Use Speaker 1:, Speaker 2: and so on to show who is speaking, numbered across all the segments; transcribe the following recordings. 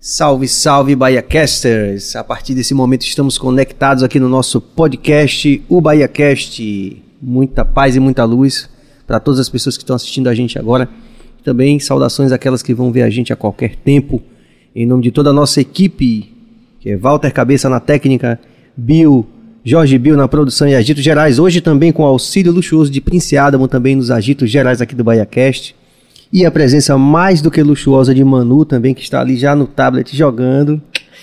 Speaker 1: Salve, salve, BahiaCasters! A partir desse momento estamos conectados aqui no nosso podcast, o BahiaCast. Muita paz e muita luz para todas as pessoas que estão assistindo a gente agora. Também saudações àquelas que vão ver a gente a qualquer tempo. Em nome de toda a nossa equipe, que é Walter Cabeça na técnica, Jorge Bill na produção e agitos gerais. Hoje também com auxílio luxuoso de Prince Adamo, também nos agitos gerais aqui do BahiaCast. E a presença mais do que luxuosa de Manu também, que está ali já no tablet jogando.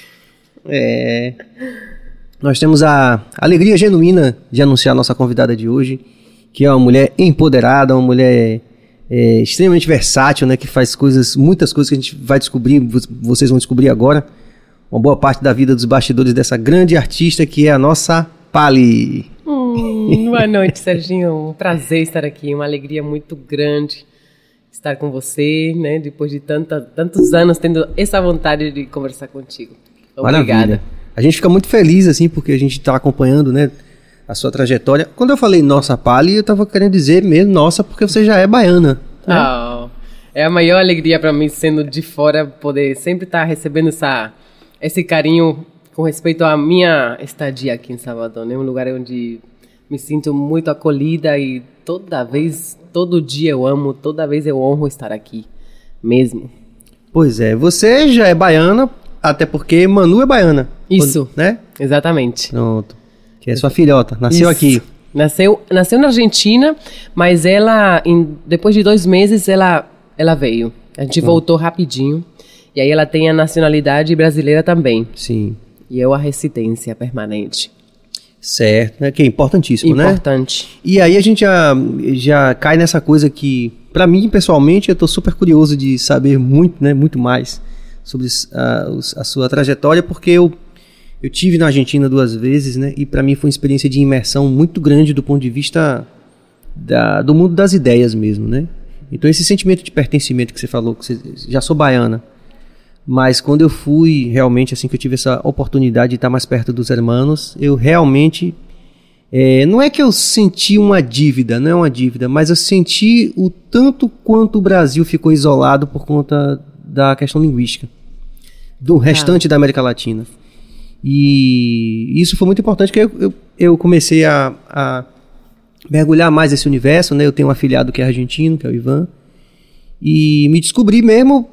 Speaker 1: Nós temos a alegria genuína de anunciar a nossa convidada de hoje, que é uma mulher empoderada, uma mulher extremamente versátil, né, que faz muitas coisas que a gente vai descobrir, vocês vão descobrir agora. Uma boa parte da vida dos bastidores dessa grande artista que é a nossa Pali.
Speaker 2: Boa noite, Serginho. Um prazer estar aqui, uma alegria muito grande estar com você, né? Depois de tantos anos tendo essa vontade de conversar contigo. Obrigada.
Speaker 1: Maravilha. A gente fica muito feliz, assim, porque a gente está acompanhando, né, a sua trajetória. Quando eu falei nossa Pali, eu estava querendo dizer mesmo nossa, porque você já é baiana, né?
Speaker 2: Oh, é a maior alegria para mim, sendo de fora, poder sempre estar recebendo esse carinho com respeito à minha estadia aqui em Salvador, né? Um lugar onde me sinto muito acolhida e todo dia eu amo, toda vez eu honro estar aqui mesmo.
Speaker 1: Pois é, você já é baiana, até porque Manu é baiana.
Speaker 2: Isso,
Speaker 1: né?
Speaker 2: Exatamente.
Speaker 1: Pronto, que é sua filhota, nasceu aqui.
Speaker 2: Nasceu na Argentina, mas ela, depois de 2 meses, ela veio. A gente voltou rapidinho, e aí ela tem a nacionalidade brasileira também.
Speaker 1: Sim.
Speaker 2: E eu a residência permanente.
Speaker 1: Certo, né? Que é importantíssimo, né?
Speaker 2: Importante.
Speaker 1: E aí a gente já cai nessa coisa que, pra mim, pessoalmente, eu tô super curioso de saber muito, né? Muito mais sobre a sua trajetória, porque eu tive na Argentina 2 vezes, né? E pra mim foi uma experiência de imersão muito grande do ponto de vista do mundo das ideias mesmo, né? Então esse sentimento de pertencimento que você falou, que você já sou baiana, mas quando eu fui, realmente, assim que eu tive essa oportunidade de estar mais perto dos hermanos, eu realmente, não é que eu senti uma dívida, não é uma dívida, mas eu senti o tanto quanto o Brasil ficou isolado por conta da questão linguística, do restante da América Latina. E isso foi muito importante, porque eu comecei a mergulhar mais nesse universo, né? Eu tenho um afilhado que é argentino, que é o Ivan, e me descobri mesmo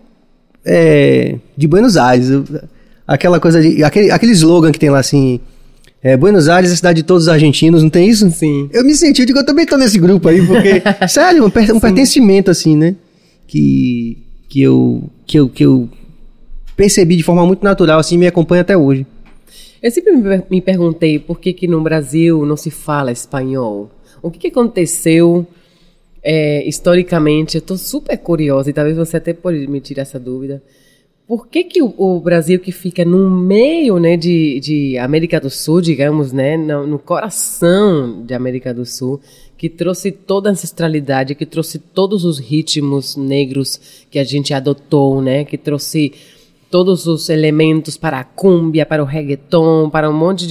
Speaker 1: de Buenos Aires, aquela coisa aquele slogan que tem lá assim, Buenos Aires é a cidade de todos os argentinos, não tem isso?
Speaker 2: Sim.
Speaker 1: Eu me senti, eu também tô nesse grupo aí, porque sério, um pertencimento assim, né, que eu percebi de forma muito natural, assim, me acompanha até hoje.
Speaker 2: Eu sempre me perguntei por que no Brasil não se fala espanhol. O que aconteceu historicamente? Eu estou super curiosa e talvez você até pode me tirar essa dúvida. Por que o Brasil, que fica no meio, né, de América do Sul, digamos, né, no coração de América do Sul, que trouxe toda a ancestralidade, que trouxe todos os ritmos negros que a gente adotou, né, que trouxe todos os elementos para a cúmbia, para o reggaeton, para um monte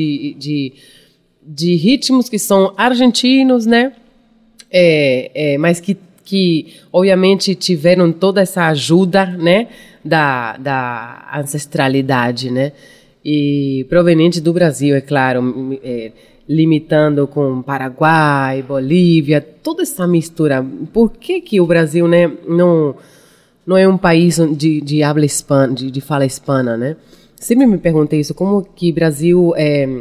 Speaker 2: de ritmos que são argentinos, né? Mas que obviamente tiveram toda essa ajuda, né, da ancestralidade, né? E proveniente do Brasil, é claro, limitando com Paraguai, Bolívia, toda essa mistura. Por que o Brasil, né, não é um país de habla hispana, de fala hispana, né? Sempre me perguntei isso, como que Brasil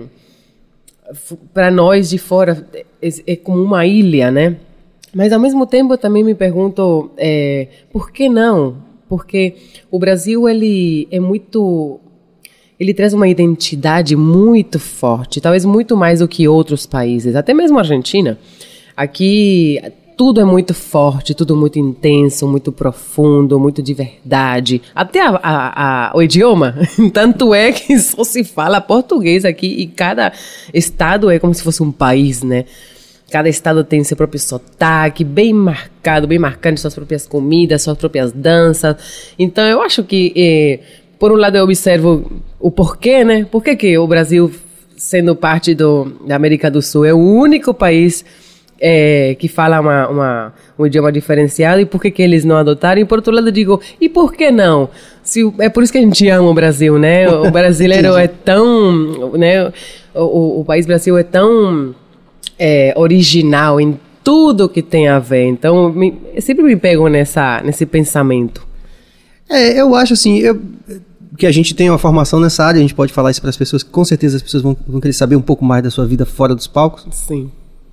Speaker 2: para nós de fora é como uma ilha, né? Mas ao mesmo tempo eu também me pergunto por que não? Porque o Brasil ele traz uma identidade muito forte, talvez muito mais do que outros países, até mesmo a Argentina. Aqui tudo é muito forte, tudo muito intenso, muito profundo, muito de verdade. Até o idioma. Tanto é que só se fala português aqui e cada estado é como se fosse um país, né? Cada estado tem seu próprio sotaque, bem marcante, suas próprias comidas, suas próprias danças. Então eu acho que, por um lado eu observo o porquê, né? Por que o Brasil, sendo parte da América do Sul, é o único país que fala um idioma diferenciado, e por que eles não adotaram? E por outro lado eu digo, e por que não? é por isso que a gente ama o Brasil, né? O brasileiro é tão, né? O país Brasil é tão original em tudo que tem a ver. Então, eu sempre me pego nesse pensamento.
Speaker 1: Eu acho assim, que a gente tem uma formação nessa área, a gente pode falar isso para as pessoas, que com certeza as pessoas vão querer saber um pouco mais da sua vida fora dos palcos.
Speaker 2: Sim.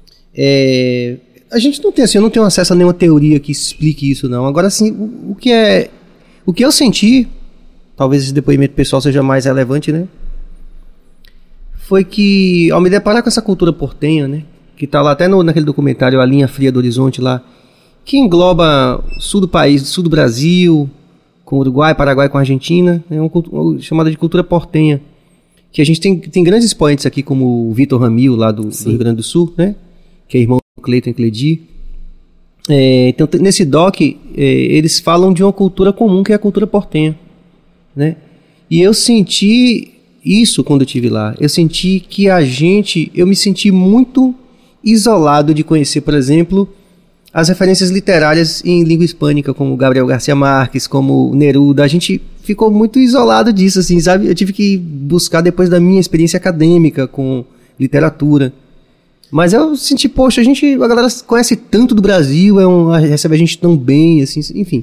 Speaker 1: A gente não tem assim, eu não tenho acesso a nenhuma teoria que explique isso, não. Agora, assim, o que eu senti, talvez esse depoimento pessoal seja mais relevante, né? Foi que, ao me deparar com essa cultura portenha, né? Que tá lá até naquele documentário A Linha Fria do Horizonte lá, que engloba o sul do país, sul do Brasil, com Uruguai, Paraguai, com Argentina, é uma chamada de cultura portenha, que a gente tem grandes expoentes aqui, como o Vitor Ramil, lá do Rio Grande do Sul, né? Que é irmão do Cleiton e Cledi. Então, nesse doc, eles falam de uma cultura comum, que é a cultura portenha, né? E eu senti isso quando eu estive lá. Eu senti que eu me senti muito isolado de conhecer, por exemplo, as referências literárias em língua hispânica, como Gabriel Garcia Marques, como Neruda. A gente ficou muito isolado disso, assim, sabe? Eu tive que buscar depois da minha experiência acadêmica com literatura. Mas eu senti, poxa, a galera conhece tanto do Brasil, recebe a gente tão bem, assim, enfim.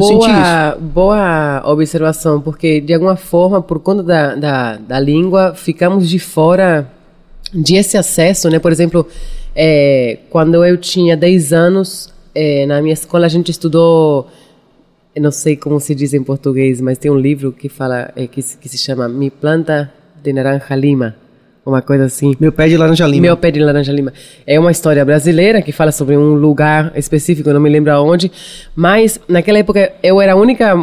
Speaker 2: Boa observação, porque de alguma forma, por conta da língua, ficamos de fora desse acesso, né? Por exemplo, quando eu tinha 10 anos, na minha escola a gente estudou, eu não sei como se diz em português, mas tem um livro que fala, que se chama Mi Planta de Naranja Lima, uma coisa assim.
Speaker 1: Meu Pé de Laranja Lima.
Speaker 2: Meu Pé de Laranja Lima. É uma história brasileira que fala sobre um lugar específico, eu não me lembro aonde, mas naquela época eu era a única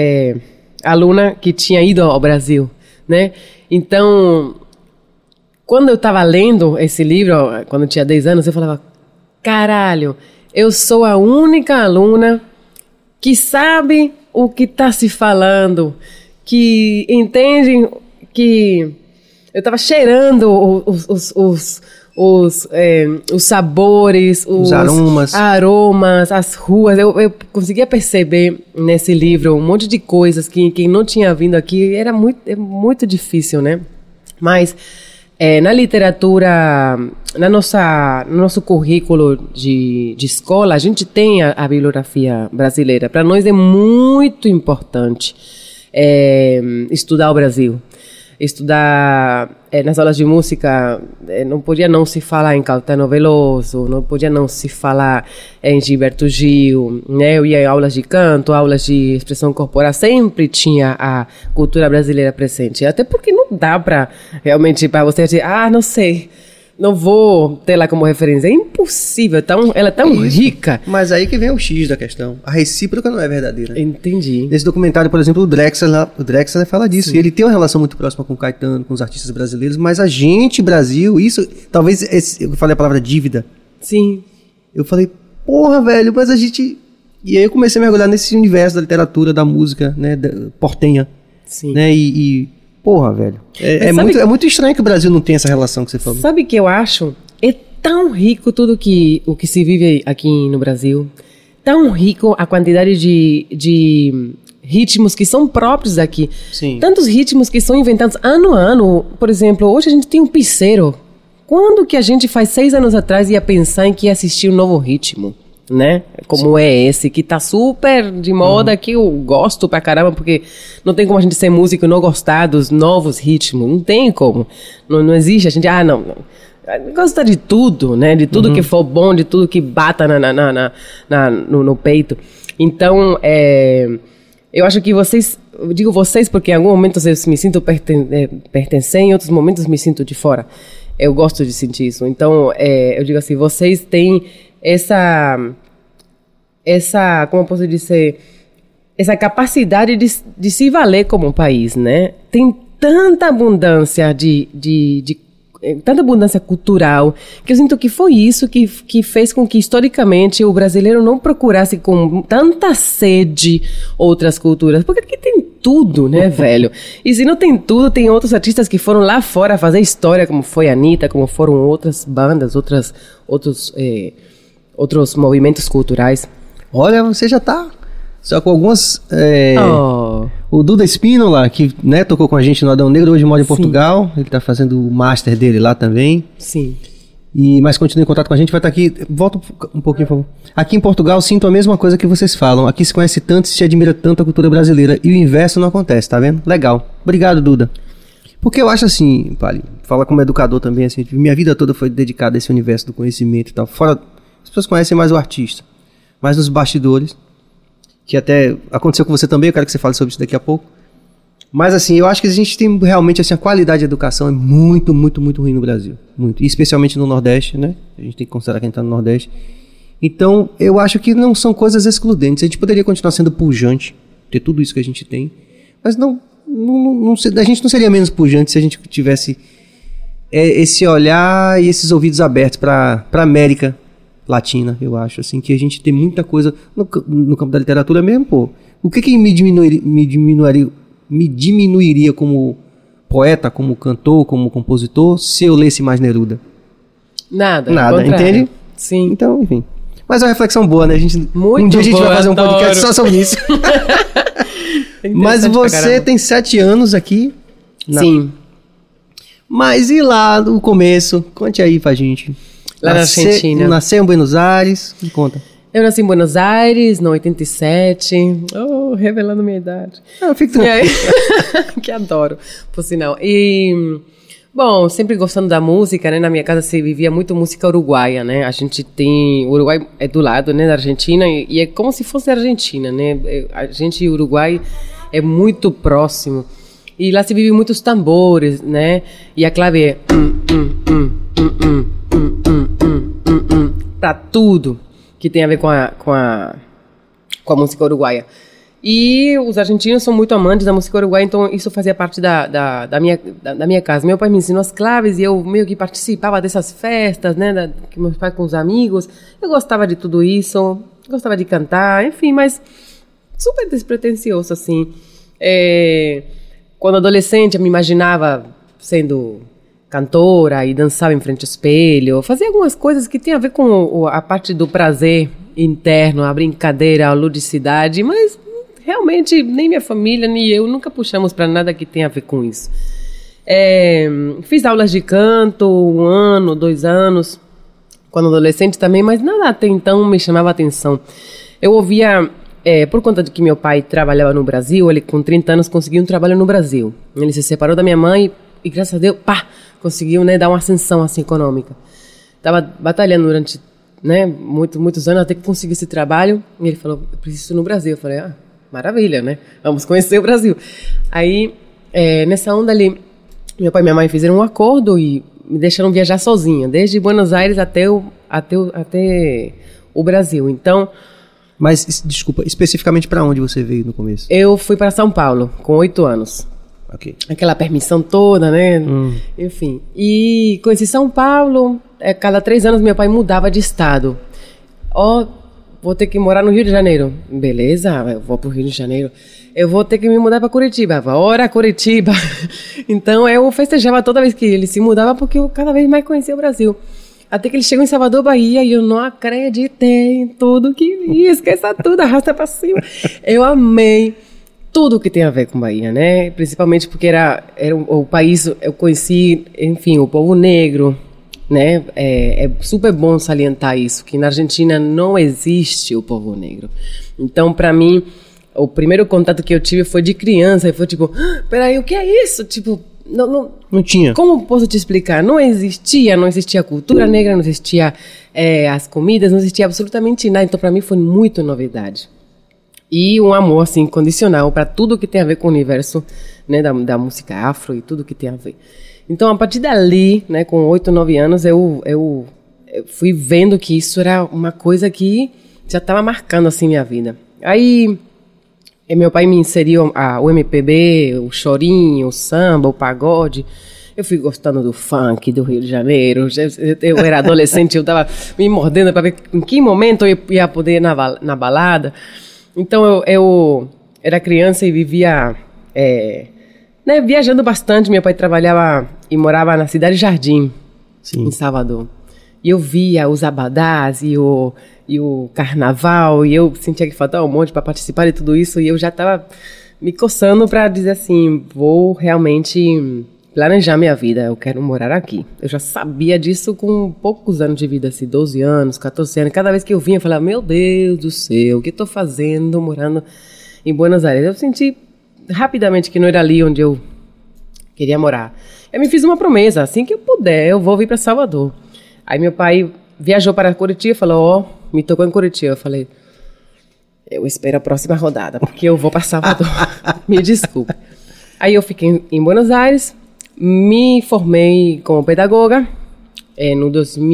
Speaker 2: aluna que tinha ido ao Brasil, né? Então, quando eu estava lendo esse livro, quando eu tinha 10 anos, eu falava, caralho, eu sou a única aluna que sabe o que está se falando, que entende que eu estava cheirando os sabores, os aromas, as ruas. Eu conseguia perceber nesse livro um monte de coisas que quem não tinha vindo aqui é muito difícil, né? Mas na literatura, no nosso currículo de escola, a gente tem a bibliografia brasileira. Para nós é muito importante estudar o Brasil. Estudar nas aulas de música, não podia não se falar em Caetano Veloso, não podia não se falar em Gilberto Gil, né? Eu ia em aulas de canto, aulas de expressão corporal, sempre tinha a cultura brasileira presente, até porque não dá para realmente, para você dizer, não sei, não vou ter lá como referência, é impossível, ela é tão rica.
Speaker 1: Mas aí que vem o X da questão, a recíproca não é verdadeira.
Speaker 2: Entendi.
Speaker 1: Nesse documentário, por exemplo, o Drexler fala disso, e ele tem uma relação muito próxima com o Caetano, com os artistas brasileiros, mas a gente, Brasil, isso, talvez, eu falei a palavra dívida.
Speaker 2: Sim.
Speaker 1: Eu falei, porra, velho, mas a gente... E aí eu comecei a mergulhar nesse universo da literatura, da música, né, portenha.
Speaker 2: Sim.
Speaker 1: Né, porra, velho. É muito estranho que o Brasil não tenha essa relação que você falou.
Speaker 2: Sabe o que eu acho? É tão rico tudo o que se vive aqui no Brasil. Tão rico a quantidade de ritmos que são próprios aqui.
Speaker 1: Sim. Tantos
Speaker 2: ritmos que são inventados ano a ano. Por exemplo, hoje a gente tem um piseiro. Quando que a gente faz 6 anos atrás ia pensar em que ia assistir um novo ritmo? Né? Como é esse, que tá super de moda, que eu gosto pra caramba, porque não tem como a gente ser músico e não gostar dos novos ritmos, não tem como, não existe, a gente, não gosta de tudo, né, de tudo que for bom, de tudo que bata no peito. Então, eu acho que vocês, eu digo vocês porque em algum momento eu me sinto pertencer, em outros momentos me sinto de fora, eu gosto de sentir isso, então eu digo assim, vocês têm essa, como eu posso dizer, essa capacidade de se valer como um país, né? Tem tanta abundância tanta abundância cultural, que eu sinto que foi isso que fez com que, historicamente, o brasileiro não procurasse com tanta sede outras culturas, porque aqui tem tudo, né, velho? E se não tem tudo, tem outros artistas que foram lá fora fazer história, como foi a Anitta, como foram outras bandas, outros movimentos culturais.
Speaker 1: Olha, você já tá só com algumas O Duda Espínola, que né, tocou com a gente no Adão Negro, hoje mora em Portugal. Ele tá fazendo o master dele lá também.
Speaker 2: Sim.
Speaker 1: Mas continue em contato com a gente, vai estar aqui. Volta um pouquinho, por favor. Aqui em Portugal, sinto a mesma coisa que vocês falam. Aqui se conhece tanto e se admira tanto a cultura brasileira. E o inverso não acontece, tá vendo? Legal. Obrigado, Duda. Porque eu acho assim, Pali, fala como educador também, assim, minha vida toda foi dedicada a esse universo do conhecimento e tal. Fora, as pessoas conhecem mais o artista, mais nos bastidores, que até aconteceu com você também, eu quero que você fale sobre isso daqui a pouco. Mas assim, eu acho que a gente tem realmente assim, a qualidade de educação é muito, muito, muito ruim no Brasil. Muito. E especialmente no Nordeste, né? A gente tem que considerar quem está no Nordeste. Então, eu acho que não são coisas excludentes. A gente poderia continuar sendo pujante, ter tudo isso que a gente tem, mas a gente não seria menos pujante se a gente tivesse esse olhar e esses ouvidos abertos para a América Latina, eu acho. Assim, que a gente tem muita coisa no campo da literatura mesmo, pô. O que me diminuiria como poeta, como cantor, como compositor, se eu lesse mais Neruda?
Speaker 2: Nada,
Speaker 1: entende?
Speaker 2: Sim.
Speaker 1: Então, enfim. Mas é uma reflexão boa, né?
Speaker 2: Um
Speaker 1: dia a gente
Speaker 2: boa,
Speaker 1: vai fazer um podcast só sobre isso. Mas você tem 7 anos aqui.
Speaker 2: Sim.
Speaker 1: Mas e lá no começo? Conte aí pra gente.
Speaker 2: Lá na Argentina.
Speaker 1: Nasceu em Buenos Aires? Me conta.
Speaker 2: Eu nasci em Buenos Aires, no 87. Oh, revelando minha idade.
Speaker 1: Eu fico tranquilo.
Speaker 2: Que adoro, por sinal. E, bom, sempre gostando da música, né? Na minha casa se vivia muito música uruguaia, né? A gente tem... O Uruguai é do lado, né? Da Argentina. E é como se fosse a Argentina, né? A gente e o Uruguai é muito próximo. E lá se vive muitos tambores, né? E a clave é... Pra tudo que tem a ver com a música uruguaia. E os argentinos são muito amantes da música uruguaia, então isso fazia parte da minha casa. Meu pai me ensinou as claves e eu meio que participava dessas festas, né, que meus pais com os amigos. Eu gostava de tudo isso, gostava de cantar, enfim, mas super despretensioso, assim. Quando adolescente eu me imaginava sendo cantora e dançava em frente ao espelho, fazia algumas coisas que tinham a ver com a parte do prazer interno, a brincadeira, a ludicidade, mas realmente nem minha família nem eu nunca puxamos para nada que tenha a ver com isso. Fiz aulas de canto 1 ano, 2 anos, quando adolescente também, mas nada até então me chamava atenção. Eu ouvia, por conta de que meu pai trabalhava no Brasil, ele com 30 anos conseguiu um trabalho no Brasil. Ele se separou da minha mãe e graças a Deus, conseguiu, né, dar uma ascensão assim, econômica. Estava batalhando durante, né, muitos anos até que consegui esse trabalho. E ele falou, eu preciso ir no Brasil. Eu falei, maravilha, né? Vamos conhecer o Brasil. Aí, nessa onda ali, meu pai e minha mãe fizeram um acordo e me deixaram viajar sozinha, desde Buenos Aires até o Brasil. Então...
Speaker 1: Mas, desculpa, especificamente para onde você veio no começo?
Speaker 2: Eu fui para São Paulo, com 8 anos.
Speaker 1: Okay.
Speaker 2: Aquela permissão toda, né? Enfim. E conheci São Paulo. Cada 3 anos meu pai mudava de estado. Vou ter que morar no Rio de Janeiro. Beleza, eu vou pro Rio de Janeiro. Eu vou ter que me mudar para Curitiba. Bora, Curitiba. Então eu festejava toda vez que ele se mudava porque eu cada vez mais conhecia o Brasil. Até que ele chegou em Salvador, Bahia, e eu não acreditei em tudo que vi. Esqueça tudo, arrasta para cima. Eu amei tudo que tem a ver com Bahia, né? Principalmente porque era o país, eu conheci, enfim, o povo negro, né? É super bom salientar isso, que na Argentina não existe o povo negro. Então, para mim, o primeiro contato que eu tive foi de criança, e foi tipo, peraí, o que é isso? Tipo, não tinha. Como posso te explicar? Não existia cultura negra, não existia as comidas, não existia absolutamente nada. Então, para mim, foi muito novidade. E um amor, assim, incondicional para tudo que tem a ver com o universo, né, da música afro e tudo que tem a ver. Então, a partir dali, né, com 8, 9 anos, eu fui vendo que isso era uma coisa que já estava marcando, assim, minha vida. Aí, meu pai me inseriu o MPB, o chorinho, o samba, o pagode. Eu fui gostando do funk, do Rio de Janeiro. Eu era adolescente, eu estava me mordendo para ver em que momento eu ia poder ir na balada. Então, eu era criança e vivia, né, viajando bastante. Meu pai trabalhava e morava na Cidade Jardim, em Salvador. E eu via os abadás e o carnaval, e eu sentia que faltava um monte para participar de tudo isso. E eu já estava me coçando para dizer assim, vou realmente planejar minha vida, eu quero morar aqui. Eu já sabia disso com poucos anos de vida, assim, 12 anos, 14 anos. Cada vez que eu vinha, eu falava, meu Deus do céu, o que estou fazendo morando em Buenos Aires? Eu senti rapidamente que não era ali onde eu queria morar. Eu me fiz uma promessa, assim que eu puder, eu vou vir para Salvador. Aí meu pai viajou para Curitiba e falou, me tocou em Curitiba. Eu falei, eu espero a próxima rodada, porque eu vou para Salvador. Me desculpe. Aí eu fiquei em Buenos Aires, me formei como pedagoga no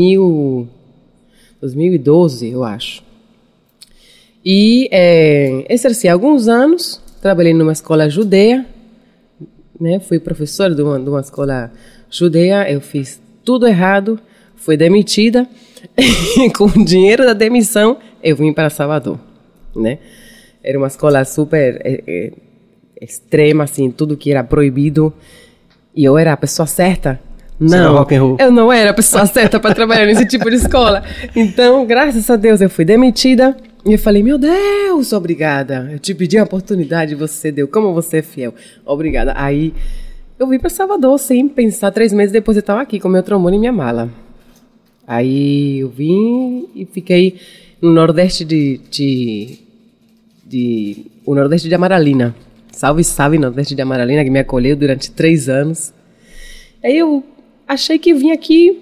Speaker 2: 2012, eu acho. E exerci alguns anos, trabalhei numa escola judeia, né? Fui professora de uma escola judeia, eu fiz tudo errado, fui demitida, com o dinheiro da demissão, eu vim para Salvador, né? Era uma escola super extrema, assim, tudo que era proibido. E eu era a pessoa certa? Não, eu não era a pessoa certa para trabalhar nesse tipo de escola. Então, graças a Deus, eu fui demitida. E eu falei, meu Deus, obrigada. Eu te pedi a oportunidade, você deu. Como você é fiel. Obrigada. Aí, eu vim para Salvador sem pensar. 3 meses depois eu estava aqui com meu trombone e minha mala. Aí, eu vim e fiquei no Nordeste o Nordeste de Amaralina. Salve, Nordeste de Amaralina, que me acolheu durante 3 anos. Aí eu achei que vim aqui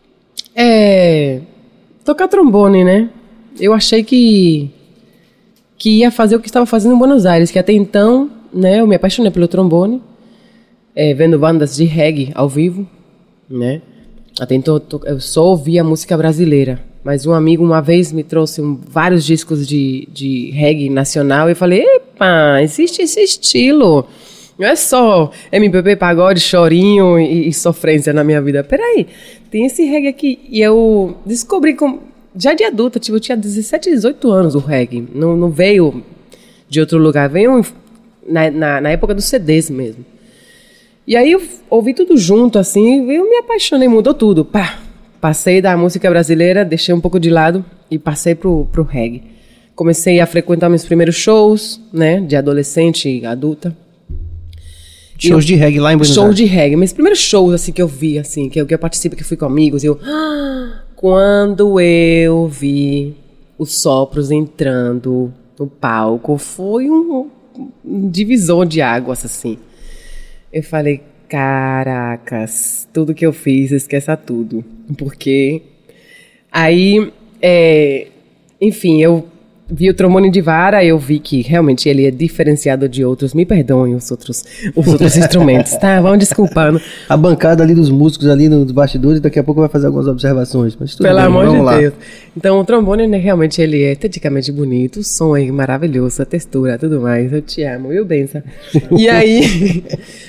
Speaker 2: tocar trombone, né? Eu achei que ia fazer o que estava fazendo em Buenos Aires, que até então, né, eu me apaixonei pelo trombone, vendo bandas de reggae ao vivo, né? Até então eu só ouvia música brasileira. Mas um amigo uma vez me trouxe vários discos de reggae nacional e eu falei, epa, existe esse estilo. Não é só MPB, pagode, chorinho e sofrência na minha vida. Peraí, tem esse reggae aqui. E eu descobri, já de adulta, tipo, eu tinha 17, 18 anos o reggae. Não veio de outro lugar, veio na época dos CDs mesmo. E aí eu ouvi tudo junto, assim, eu me apaixonei, mudou tudo, pá. Passei da música brasileira, deixei um pouco de lado e passei pro reggae. Comecei a frequentar meus primeiros shows, né, de adolescente e adulta.
Speaker 1: Shows de reggae lá em Buenos Aires?
Speaker 2: Shows de reggae. Meus primeiros shows, assim, que eu vi, assim, que eu participei, que fui com amigos, quando eu vi os sopros entrando no palco, foi um divisor de águas, assim. Eu falei, caracas, tudo que eu fiz, esqueça tudo. Porque aí, enfim, eu vi o trombone de vara, eu vi que realmente ele é diferenciado de outros. Me perdoem os outros instrumentos, tá? Vão desculpando.
Speaker 1: A bancada ali dos músicos ali nos bastidores, daqui a pouco vai fazer algumas observações. Mas tudo
Speaker 2: Pelo
Speaker 1: bem,
Speaker 2: amor
Speaker 1: vamos
Speaker 2: de
Speaker 1: lá.
Speaker 2: Deus. Então, o trombone, né, realmente, ele é esteticamente bonito, o som é maravilhoso, a textura, tudo mais. Eu te amo, viu, Bença? E aí,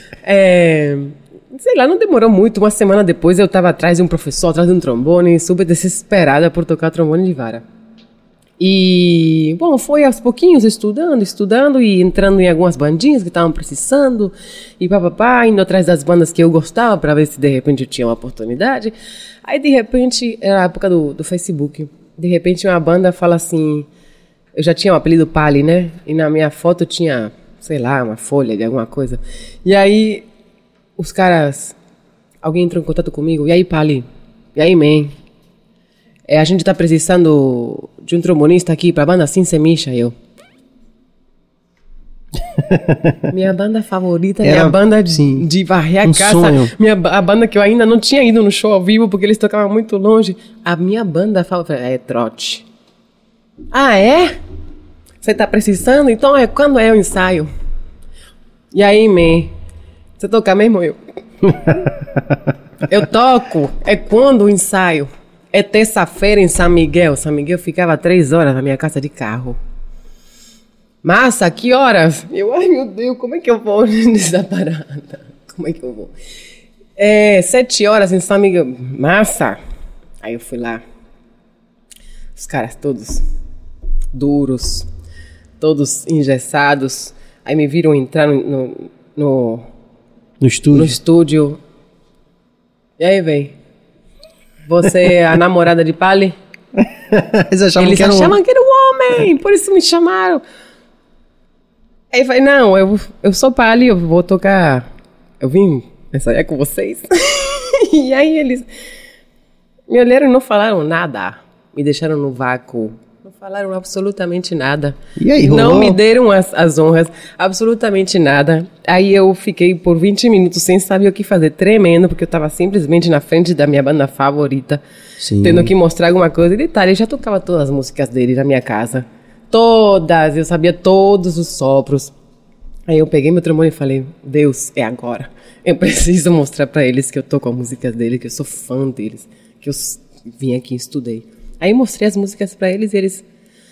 Speaker 2: sei lá, não demorou muito. Uma semana depois, eu estava atrás de um professor, atrás de um trombone, super desesperada por tocar trombone de vara. E, bom, foi aos pouquinhos estudando e entrando em algumas bandinhas que estavam precisando e papapá, indo atrás das bandas que eu gostava para ver se de repente eu tinha uma oportunidade. Aí, de repente, era a época do Facebook, de repente uma banda fala assim, eu já tinha o apelido Pali, né? E na minha foto tinha, sei lá, uma folha de alguma coisa. E aí, os caras, alguém entrou em contato comigo, e aí, Pali? E aí, man? A gente tá precisando de um trombonista aqui pra banda Sin Semicha, eu. Minha banda favorita é a banda de varrer a casa. A banda que eu ainda não tinha ido no show ao vivo, porque eles tocavam muito longe. A minha banda favorita é trote. Ah, é? Você tá precisando? Então, quando é o ensaio? E aí, man? Você toca mesmo? Eu toco. É quando o ensaio? É terça-feira em São Miguel. São Miguel ficava 3 horas na minha casa de carro. Massa, que horas? Eu, ai meu Deus, como é que eu vou nessa parada? Como é que eu vou? 7 horas em São Miguel. Massa. Aí eu fui lá. Os caras todos duros, todos engessados. Aí me viram entrar no estúdio. E aí, véi? Você é a namorada de Pali?
Speaker 1: Eles achavam que era um homem,
Speaker 2: por isso me chamaram. Aí eu falei, não, eu sou Pali, eu vou tocar, eu vim ensaiar com vocês. E aí eles me olharam e não falaram nada, me deixaram no vácuo. Não falaram absolutamente nada.
Speaker 1: E aí, rolou?
Speaker 2: Não me deram as honras, absolutamente nada. Aí eu fiquei por 20 minutos sem saber o que fazer, tremendo, porque eu estava simplesmente na frente da minha banda favorita, tendo que mostrar alguma coisa. E detalhe, eu já tocava todas as músicas dele na minha casa. Todas, eu sabia todos os sopros. Aí eu peguei meu trombone e falei, Deus, é agora. Eu preciso mostrar para eles que eu toco as músicas dele, que eu sou fã deles, que eu vim aqui e estudei. Aí mostrei as músicas pra eles e eles...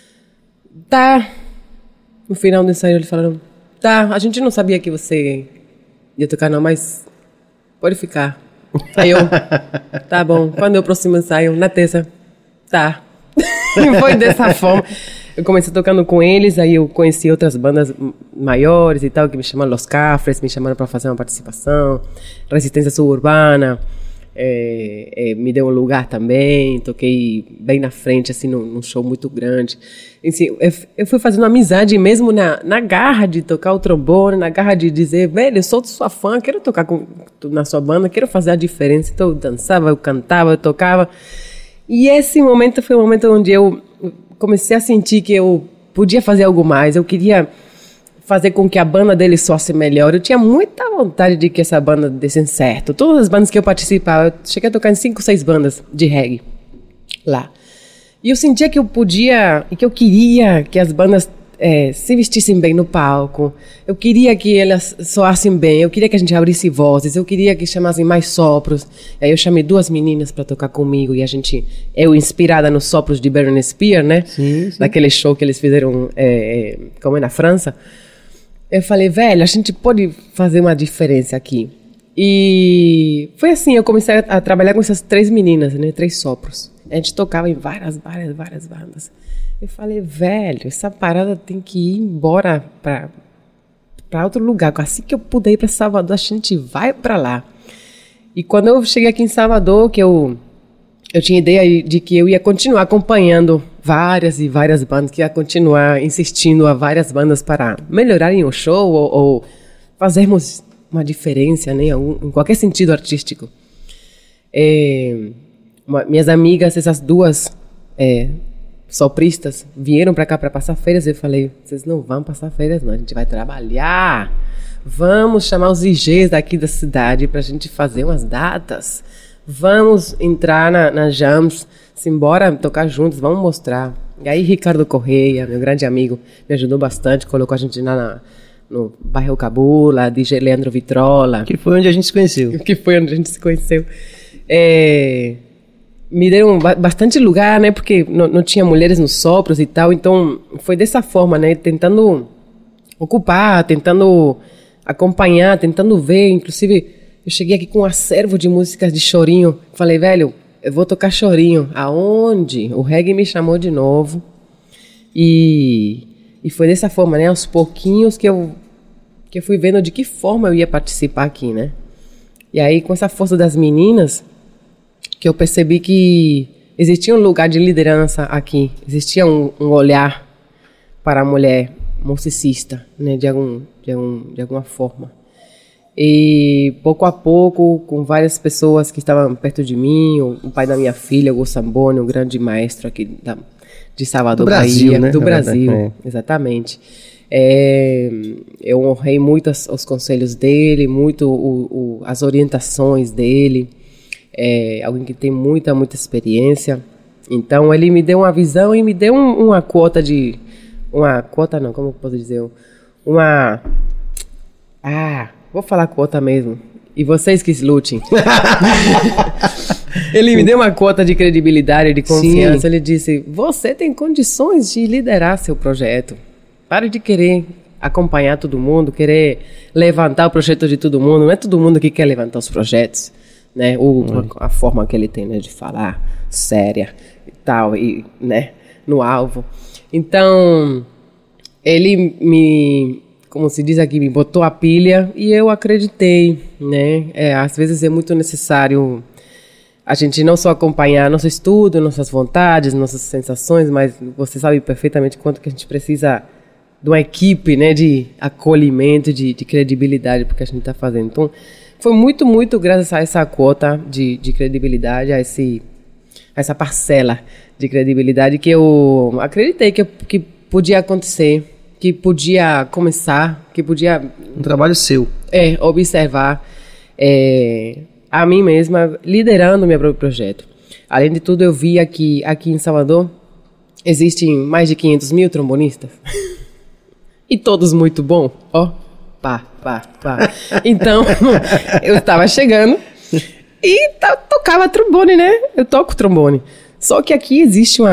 Speaker 2: Tá. No final do ensaio eles falaram... Tá, a gente não sabia que você ia tocar não, mas... Pode ficar. Aí eu... Tá bom. Quando é o próximo ensaio? Na terça. Tá. E foi dessa forma. Eu comecei tocando com eles, aí eu conheci outras bandas maiores e tal, que me chamaram Los Cafres, me chamaram pra fazer uma participação. Resistência Suburbana... me deu um lugar também, toquei bem na frente, assim, num show muito grande. Assim, eu fui fazendo amizade mesmo na garra de tocar o trombone, na garra de dizer, velho, eu sou sua fã, quero tocar na sua banda, quero fazer a diferença. Então eu dançava, eu cantava, eu tocava. E esse momento foi o momento onde eu comecei a sentir que eu podia fazer algo mais, eu queria fazer com que a banda dele soasse melhor. Eu tinha muita vontade de que essa banda desse certo. Todas as bandas que eu participava, eu cheguei a tocar em 5, 6 bandas de reggae lá. E eu sentia que eu podia, e que eu queria que as bandas se vestissem bem no palco. Eu queria que elas soassem bem, eu queria que a gente abrisse vozes, eu queria que chamassem mais sopros. E aí eu chamei 2 meninas para tocar comigo e eu inspirada nos sopros de Britney Spears, né? Sim. Daquele show que eles fizeram como é na França. Eu falei, velho, a gente pode fazer uma diferença aqui. E foi assim, eu comecei a trabalhar com essas 3 meninas, né? 3 sopros. A gente tocava em várias bandas. Eu falei, velho, essa parada tem que ir embora pra outro lugar. Assim que eu puder ir pra Salvador, a gente vai pra lá. E quando eu cheguei aqui em Salvador, que eu tinha ideia de que eu ia continuar acompanhando várias e várias bandas, que ia continuar insistindo a várias bandas para melhorarem o show ou fazermos uma diferença, né, em qualquer sentido artístico. Minhas amigas, essas 2 sopristas, vieram para cá para passar férias. Eu falei, vocês não vão passar férias não, a gente vai trabalhar. Vamos chamar os IGs daqui da cidade para a gente fazer umas datas. Vamos entrar na jams, simbora tocar juntos, vamos mostrar. E aí Ricardo Correia, meu grande amigo, me ajudou bastante, colocou a gente no bairro Cabula, DJ Leandro Vitrola.
Speaker 1: Que foi onde a gente se conheceu.
Speaker 2: Me deram bastante lugar, né, porque não tinha mulheres nos sopros e tal, então foi dessa forma, né, tentando ocupar, tentando acompanhar, tentando ver, inclusive... Eu cheguei aqui com um acervo de músicas de chorinho. Falei, velho, eu vou tocar chorinho. Aonde? O reggae me chamou de novo. E foi dessa forma, né? Aos pouquinhos que eu fui vendo de que forma eu ia participar aqui, né? E aí, com essa força das meninas, que eu percebi que existia um lugar de liderança aqui. Existia um olhar para a mulher musicista, né? De alguma forma. E pouco a pouco, com várias pessoas que estavam perto de mim, o pai da minha filha, o Samboni, um grande maestro aqui de Salvador,
Speaker 1: Bahia, né?
Speaker 2: Do Brasil, exatamente. Eu honrei muito os conselhos dele, muito as orientações dele. Alguém que tem muita experiência. Então ele me deu uma visão e me deu uma quota de... Uma quota não, como eu posso dizer? Vou falar quota mesmo. E vocês que lutem. Ele me deu uma quota de credibilidade, de confiança. Sim. Ele disse, você tem condições de liderar seu projeto. Pare de querer acompanhar todo mundo, querer levantar o projeto de todo mundo. Não é todo mundo que quer levantar os projetos, né? A forma que ele tem, né, de falar, séria e tal, e, né, no alvo. Então, ele como se diz aqui, me botou a pilha e eu acreditei, né? Às vezes é muito necessário a gente não só acompanhar nosso estudo, nossas vontades, nossas sensações, mas você sabe perfeitamente quanto que a gente precisa uma equipe, né, de acolhimento, de credibilidade porque a gente está fazendo. Então, foi muito, muito graças a essa quota de credibilidade, a essa parcela de credibilidade que eu acreditei que podia acontecer, que podia começar, que podia...
Speaker 1: Um trabalho seu.
Speaker 2: Observar a mim mesma liderando o meu próprio projeto. Além de tudo, eu vi aqui em Salvador, existem mais de 500 mil trombonistas. E todos muito bons. Pá. Então, eu estava chegando e tocava trombone, né? Eu toco trombone. Só que aqui existe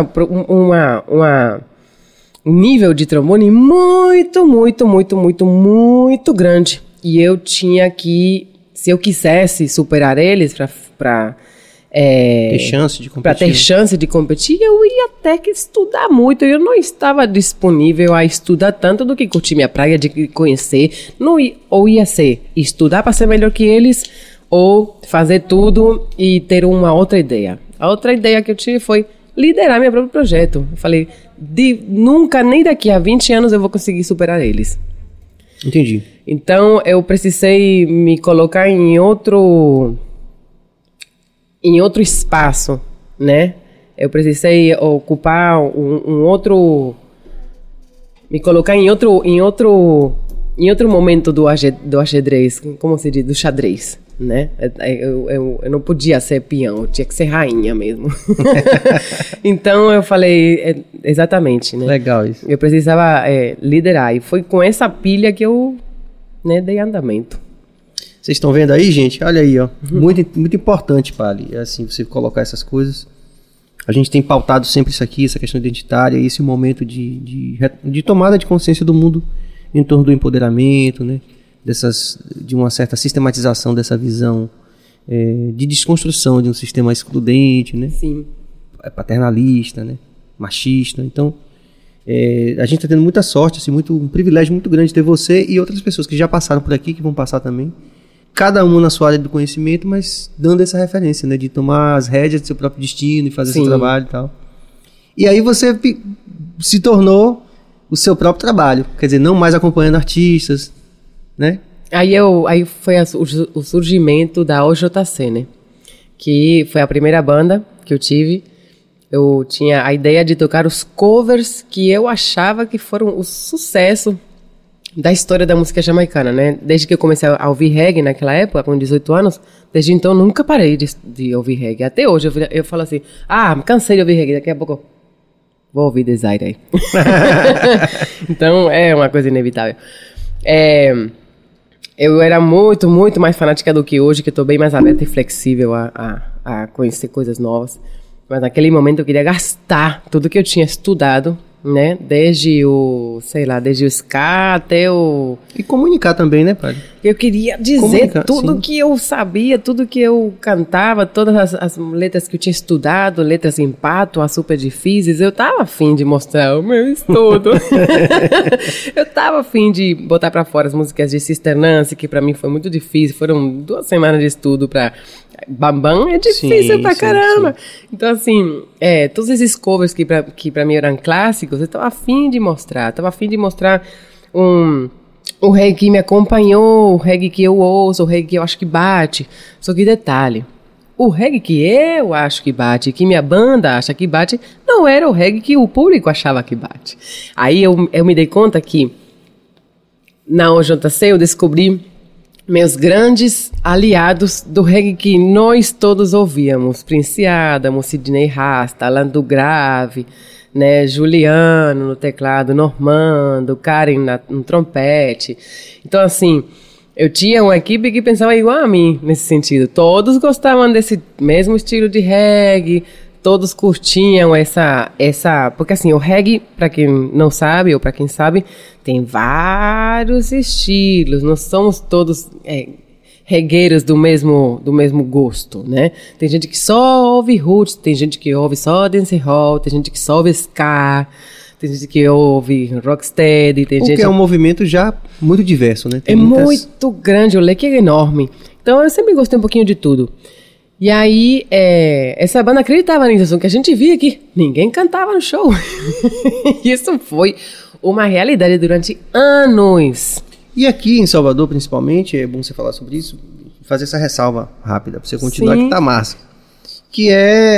Speaker 2: um nível de trombone muito, muito, muito, muito, muito grande. E eu tinha que, se eu quisesse superar eles para
Speaker 1: ter chance de competir.
Speaker 2: Para ter chance de competir, eu ia ter que estudar muito. Eu não estava disponível a estudar tanto do que curtir minha praia, de conhecer. Ou ia ser estudar para ser melhor que eles, ou fazer tudo e ter uma outra ideia. A outra ideia que eu tive foi liderar meu próprio projeto. Eu falei, nunca, nem daqui a 20 anos eu vou conseguir superar eles.
Speaker 1: Entendi.
Speaker 2: Então, eu precisei me colocar em outro espaço, né? Eu precisei ocupar um outro... Me colocar em outro momento do xadrez, como se diz? Do xadrez, né? Eu não podia ser peão, eu tinha que ser rainha mesmo. Então, eu falei, exatamente, né?
Speaker 1: Legal isso.
Speaker 2: Eu precisava liderar, e foi com essa pilha que eu, né, dei andamento.
Speaker 1: Vocês estão vendo aí, gente? Olha aí, ó. Muito, muito importante, Pali, assim, você colocar essas coisas. A gente tem pautado sempre isso aqui, essa questão identitária, esse momento de tomada de consciência do mundo em torno do empoderamento, né? De uma certa sistematização dessa visão, de desconstrução de um sistema excludente, né?
Speaker 2: Sim.
Speaker 1: Paternalista, né? Machista. Então, a gente está tendo muita sorte, assim, um privilégio muito grande ter você e outras pessoas que já passaram por aqui, que vão passar também. Cada um na sua área do conhecimento, mas dando essa referência, né? De tomar as rédeas do seu próprio destino e fazer seu trabalho e tal. E aí você se tornou o seu próprio trabalho. Quer dizer, não mais acompanhando artistas, né? Aí
Speaker 2: foi o surgimento da OJC, né? Que foi a primeira banda que eu tive. Eu tinha a ideia de tocar os covers que eu achava que foram o sucesso da história da música jamaicana, né? Desde que eu comecei a ouvir reggae naquela época, com 18 anos, desde então nunca parei de ouvir reggae. Até hoje eu falo assim, cansei de ouvir reggae, daqui a pouco vou ouvir Desire aí. Então é uma coisa inevitável. Eu era muito, muito mais fanática do que hoje, que estou bem mais aberta e flexível a conhecer coisas novas. Mas naquele momento eu queria gastar tudo que eu tinha estudado, né? Desde o ska até o...
Speaker 1: E comunicar também, né, Padre?
Speaker 2: Eu queria dizer tudo que eu sabia, tudo que eu cantava, todas as letras que eu tinha estudado, letras em pato, as super difíceis. Eu tava afim de mostrar o meu estudo. Eu tava afim de botar pra fora as músicas de Sister Nancy, que pra mim foi muito difícil. Foram 2 semanas de estudo pra... Bambam é difícil pra caramba. Sim. Então, assim, todos esses covers que pra mim eram clássicos, eu tava afim de mostrar. Tava afim de mostrar o reggae que me acompanhou, o reggae que eu ouço, o reggae que eu acho que bate. Só que detalhe, o reggae que eu acho que bate, que minha banda acha que bate, não era o reggae que o público achava que bate. Aí eu me dei conta que na OJC eu descobri meus grandes aliados do reggae que nós todos ouvíamos. Prince Adam, Sidney Rasta, Alan do Grave, né, Juliano no teclado, Normando, Karen no trompete. Então, assim, eu tinha uma equipe que pensava igual a mim nesse sentido. Todos gostavam desse mesmo estilo de reggae, todos curtiam essa... Porque, assim, o reggae, para quem não sabe, ou para quem sabe, tem vários estilos. Não somos todos regueiros do mesmo gosto, né? Tem gente que só ouve roots, tem gente que ouve só dancehall, tem gente que só ouve ska, tem gente que ouve rocksteady, tem gente...
Speaker 1: que é um movimento já muito diverso, né?
Speaker 2: Tem muito grande, o leque é enorme. Então, eu sempre gostei um pouquinho de tudo. E aí, essa banda acreditava nisso, que a gente via que ninguém cantava no show. Isso foi uma realidade durante anos.
Speaker 1: E aqui em Salvador, principalmente, é bom você falar sobre isso, fazer essa ressalva rápida, para você continuar,
Speaker 2: Sim.
Speaker 1: que tá massa. Que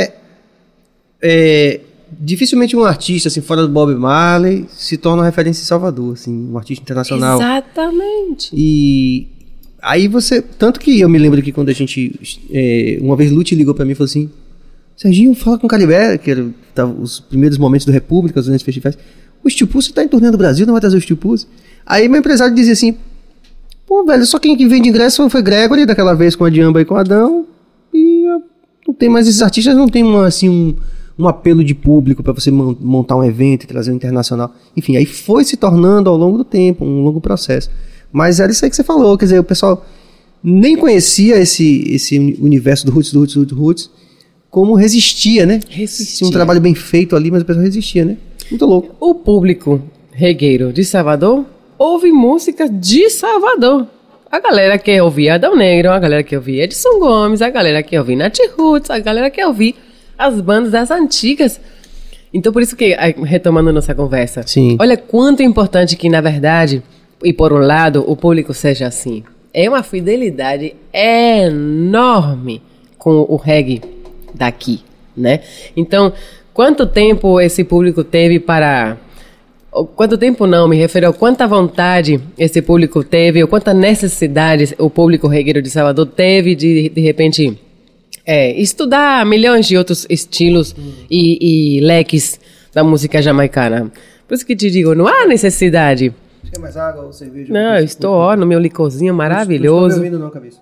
Speaker 1: dificilmente um artista, assim, fora do Bob Marley, se torna uma referência em Salvador, assim, um artista internacional.
Speaker 2: Exatamente.
Speaker 1: E aí você... Tanto que eu me lembro que quando a gente... uma vez Lute ligou pra mim e falou assim: Serginho, fala com o Caribé, que era os primeiros momentos do República, os grandes festivais. O Steel Pulse tá em turnê do Brasil, não vai trazer o Steel Pulse? Aí meu empresário dizia assim: pô, velho, só quem vende ingresso foi Gregory, daquela vez com a Diamba e com o Adão, e não tem mais esses artistas, não tem um apelo de público para você montar um evento e trazer um internacional. Enfim, aí foi se tornando ao longo do tempo, um longo processo. Mas era isso aí que você falou, quer dizer, o pessoal nem conhecia esse universo do Roots, como resistia, né? Tinha um trabalho bem feito ali, mas o pessoal resistia, né? Muito louco.
Speaker 2: O público regueiro de Salvador ouve música de Salvador. A galera quer ouvir Adão Negro, a galera quer ouvir Edson Gomes, a galera quer ouvir Nath Roots, a galera quer ouvir as bandas das antigas. Então, por isso que, retomando nossa conversa,
Speaker 1: Sim.
Speaker 2: Olha quanto é importante que, na verdade, e por um lado, o público seja assim. É uma fidelidade enorme com o reggae daqui, né? Então, quanto tempo esse público teve para... Quanto tempo não, me refiro a quanta vontade esse público teve, ou quanta necessidade o público regueiro de Salvador teve de repente, estudar milhões de outros estilos e leques da música jamaicana. Por isso que te digo, não há necessidade.
Speaker 1: Quer mais água ou cerveja?
Speaker 2: Não, eu estou no meu licorzinho maravilhoso.
Speaker 1: Não estou me ouvindo não, cabeça.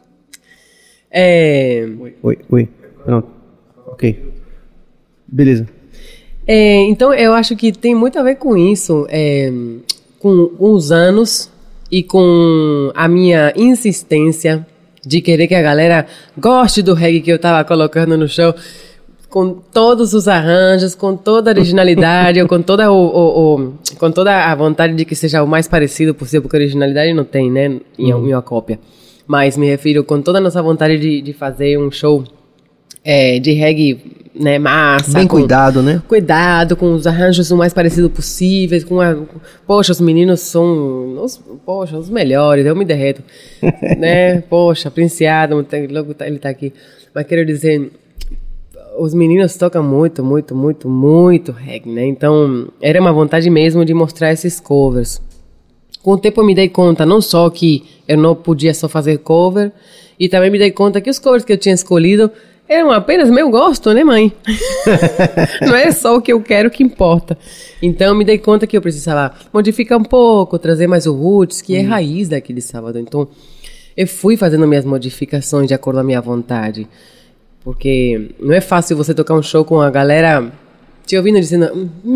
Speaker 1: Oi. Pronto. Ok. Beleza.
Speaker 2: Então, eu acho que tem muito a ver com isso, com os anos e com a minha insistência de querer que a galera goste do reggae que eu tava colocando no show, com todos os arranjos, com toda a originalidade, com toda com toda a vontade de que seja o mais parecido possível, porque originalidade não tem, né, em uma cópia. Mas me refiro com toda a nossa vontade de fazer um show de reggae, né, massa.
Speaker 1: Bem cuidado, né?
Speaker 2: Cuidado, com os arranjos o mais parecidos possíveis, poxa, os meninos são os melhores, eu me derreto, né, poxa, Princeado, logo ele tá aqui, mas quero dizer, os meninos tocam muito, muito, muito, muito reggae, né, então era uma vontade mesmo de mostrar esses covers. Com o tempo eu me dei conta, não só que eu não podia só fazer cover, e também me dei conta que os covers que eu tinha escolhido eram apenas meu gosto, né, mãe? Não é só o que eu quero que importa. Então, me dei conta que eu precisava modificar um pouco, trazer mais o roots, que é raiz daqui de Salvador. Então, eu fui fazendo minhas modificações de acordo com a minha vontade. Porque não é fácil você tocar um show com a galera te ouvindo dizendo...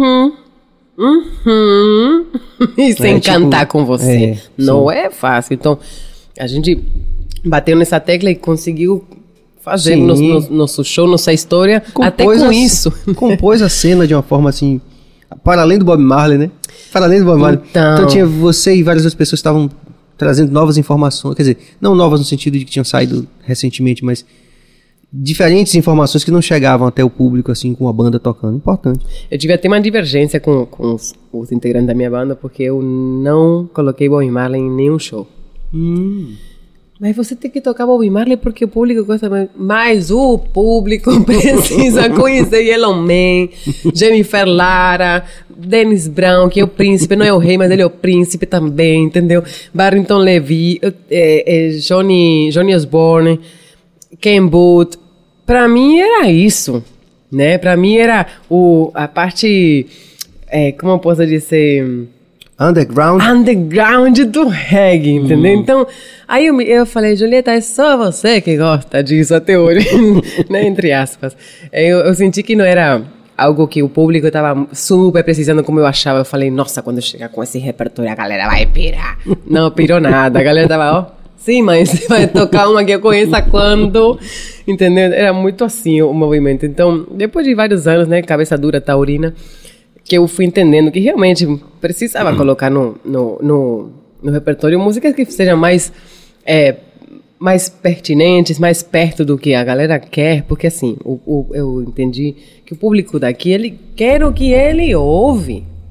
Speaker 2: e sem cantar com você. Não é fácil. Então, a gente bateu nessa tecla e conseguiu... fazer nosso show, nossa história, até com isso.
Speaker 1: Compôs a cena de uma forma assim, para além do Bob Marley, né? Para além do Bob Marley. Então tinha você e várias outras pessoas que estavam trazendo novas informações, quer dizer, não novas no sentido de que tinham saído recentemente, mas diferentes informações que não chegavam até o público, assim, com a banda tocando. Importante.
Speaker 2: Eu tive até uma divergência com os integrantes da minha banda, porque eu não coloquei Bob Marley em nenhum show. Mas você tem que tocar Bob Marley porque o público gosta mais. Mas o público precisa conhecer Yellow Man, Jennifer Lara, Dennis Brown, que é o príncipe, não é o rei, mas ele é o príncipe também, entendeu? Barrington Levy, Johnny Osborne, Ken Booth. Pra mim era isso, né? Pra mim era a parte, como eu posso dizer... Underground do reggae, entendeu? Então, aí eu falei, Julieta, é só você que gosta disso até hoje, né? Entre aspas. Eu senti que não era algo que o público estava super precisando como eu achava. Eu falei, nossa, quando eu chegar com esse repertório, a galera vai pirar. Não pirou nada. A galera tava, sim, mas você vai tocar uma que eu conheça quando, entendeu? Era muito assim o movimento. Então, depois de vários anos, né, cabeça dura, taurina, que eu fui entendendo que realmente precisava colocar no repertório músicas que sejam mais pertinentes, mais perto do que a galera quer, porque assim, eu entendi que o público daqui, ele quer o que ele ouve,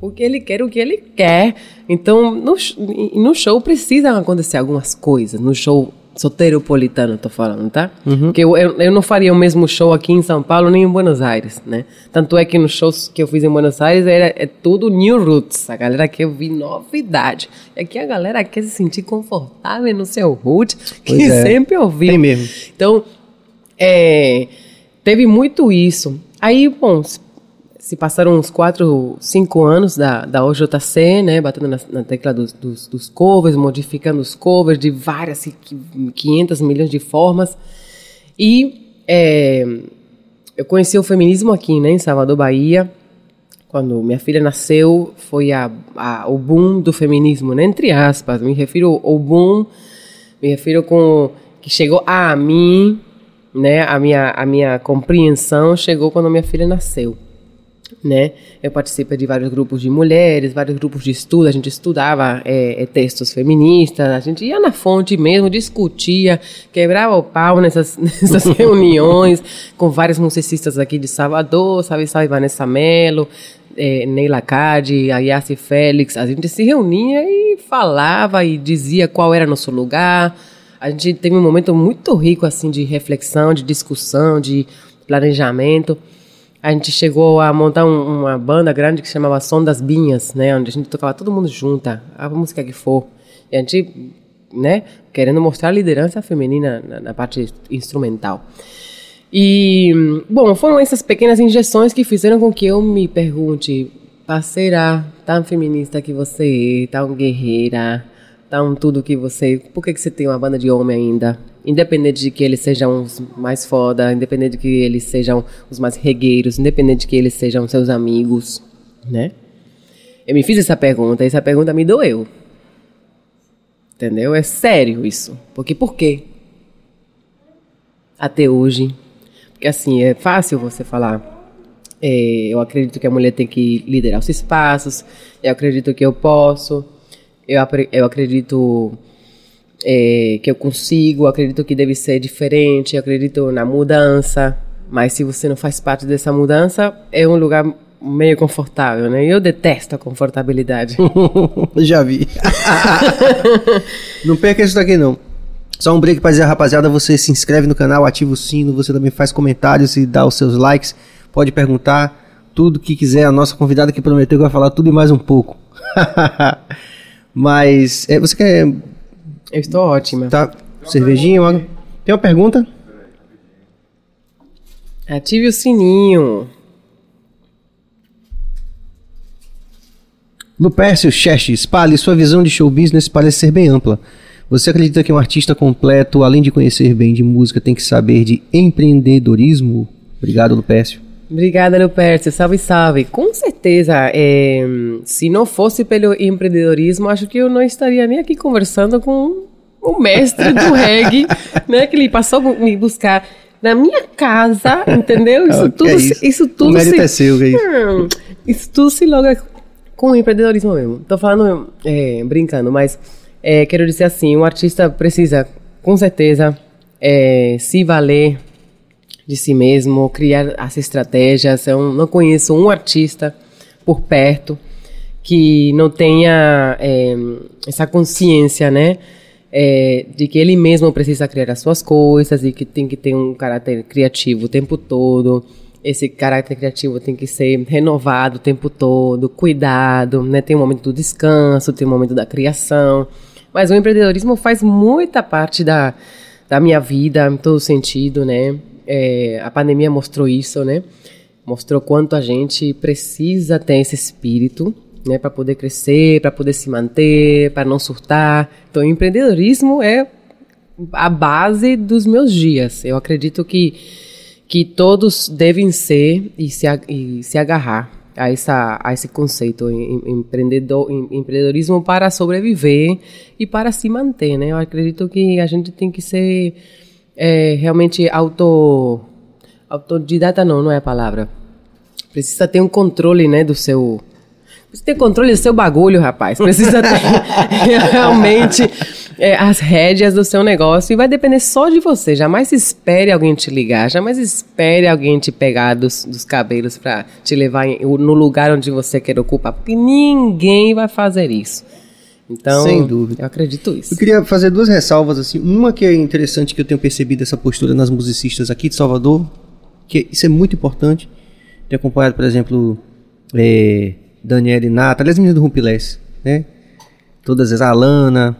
Speaker 2: o que ele quer. Então, no show precisam acontecer algumas coisas. No show soteropolitano, tô falando, tá? Porque eu não faria o mesmo show aqui em São Paulo nem em Buenos Aires, né? Tanto é que nos shows que eu fiz em Buenos Aires é tudo new roots. A galera quer ouvir novidade. E aqui a galera quer se sentir confortável no seu root, que sempre ouviu.
Speaker 1: Tem mesmo.
Speaker 2: Então, teve muito isso. Aí, bom, se passaram uns 4, 5 anos da OJC, né, batendo na tecla dos covers, modificando os covers de várias, 500 milhões de formas. E eu conheci o feminismo aqui, né, em Salvador, Bahia. Quando minha filha nasceu, foi o boom do feminismo, né, entre aspas. Me refiro ao boom, me refiro com que chegou a mim, né, a minha compreensão chegou quando minha filha nasceu. Né? Eu participei de vários grupos de mulheres, vários grupos de estudo, a gente estudava textos feministas, a gente ia na fonte mesmo, discutia, quebrava o pau nessas reuniões com vários musicistas aqui de Salvador, sabe Vanessa Mello, Neila Cade, Ayase Félix, a gente se reunia e falava e dizia qual era nosso lugar. A gente teve um momento muito rico assim de reflexão, de discussão, de planejamento. A gente chegou a montar uma banda grande que se chamava Som das Binhas, né? Onde a gente tocava todo mundo junta, a música que for. E a gente, né? Querendo mostrar a liderança feminina na parte instrumental. E, bom, foram essas pequenas injeções que fizeram com que eu me pergunte, parceira, tão feminista que você é, tão guerreira, tão tudo que você... Por que você tem uma banda de homem ainda? Independente de que eles sejam os mais foda, independente de que eles sejam os mais regueiros, independente de que eles sejam seus amigos, né? Eu me fiz essa pergunta, e essa pergunta me doeu. Entendeu? É sério isso. Porque por quê? Até hoje. Porque assim, é fácil você falar. Eu acredito que a mulher tem que liderar os espaços, eu acredito que eu posso, eu acredito... que eu consigo, acredito que deve ser diferente, acredito na mudança, mas se você não faz parte dessa mudança, é um lugar meio confortável, né? Eu detesto a confortabilidade.
Speaker 1: Já vi. Não perca isso daqui, não. Só um break pra dizer, rapaziada, você se inscreve no canal, ativa o sino, você também faz comentários e dá os seus likes, pode perguntar tudo que quiser, a nossa convidada que prometeu que vai falar tudo e mais um pouco. Mas, você quer...
Speaker 2: Eu estou ótima.
Speaker 1: Tá, cervejinha, água. Tem uma pergunta?
Speaker 2: Ative o sininho.
Speaker 1: Lupércio Cheche, espalhe sua visão de show business parece ser bem ampla. Você acredita que um artista completo, além de conhecer bem de música, tem que saber de empreendedorismo? Obrigado, Lupércio.
Speaker 2: Obrigada, Lupércio. Salve, salve. Com certeza, se não fosse pelo empreendedorismo, acho que eu não estaria nem aqui conversando com o mestre do reggae, né? Que ele passou a me buscar na minha casa, entendeu? Isso tudo
Speaker 1: o mérito é seu, é isso.
Speaker 2: Isso tudo se logra com o empreendedorismo mesmo. Tô falando, brincando, mas quero dizer assim, um artista precisa, com certeza, se valer de si mesmo, criar as estratégias. Eu não conheço um artista por perto que não tenha essa consciência, né, de que ele mesmo precisa criar as suas coisas e que tem que ter um caráter criativo o tempo todo. Esse caráter criativo tem que ser renovado o tempo todo, cuidado, né? Tem um momento do descanso, tem um momento da criação. Mas o empreendedorismo faz muita parte da minha vida, em todo sentido, né? A pandemia mostrou isso, né? Mostrou quanto a gente precisa ter esse espírito, né? Para poder crescer, para poder se manter, para não surtar. Então, o empreendedorismo é a base dos meus dias. Eu acredito que todos devem ser e se agarrar a esse conceito, empreendedorismo para sobreviver e para se manter, né? Eu acredito que a gente tem que ser realmente autodidata, não é a palavra. Precisa ter um controle, né, do seu... Precisa ter controle do seu bagulho, rapaz. Precisa ter realmente as rédeas do seu negócio e vai depender só de você. Jamais espere alguém te ligar, jamais espere alguém te pegar dos cabelos para te levar no lugar onde você quer ocupar, porque ninguém vai fazer isso. Então,
Speaker 1: sem dúvida.
Speaker 2: Eu acredito isso.
Speaker 1: Eu queria fazer 2 ressalvas, assim. Uma que é interessante, que eu tenho percebido essa postura nas musicistas aqui de Salvador, que isso é muito importante. Tenho acompanhado, por exemplo, Daniela e Nata, aliás, meninas do Rumpilés, né? Todas as, a Alana,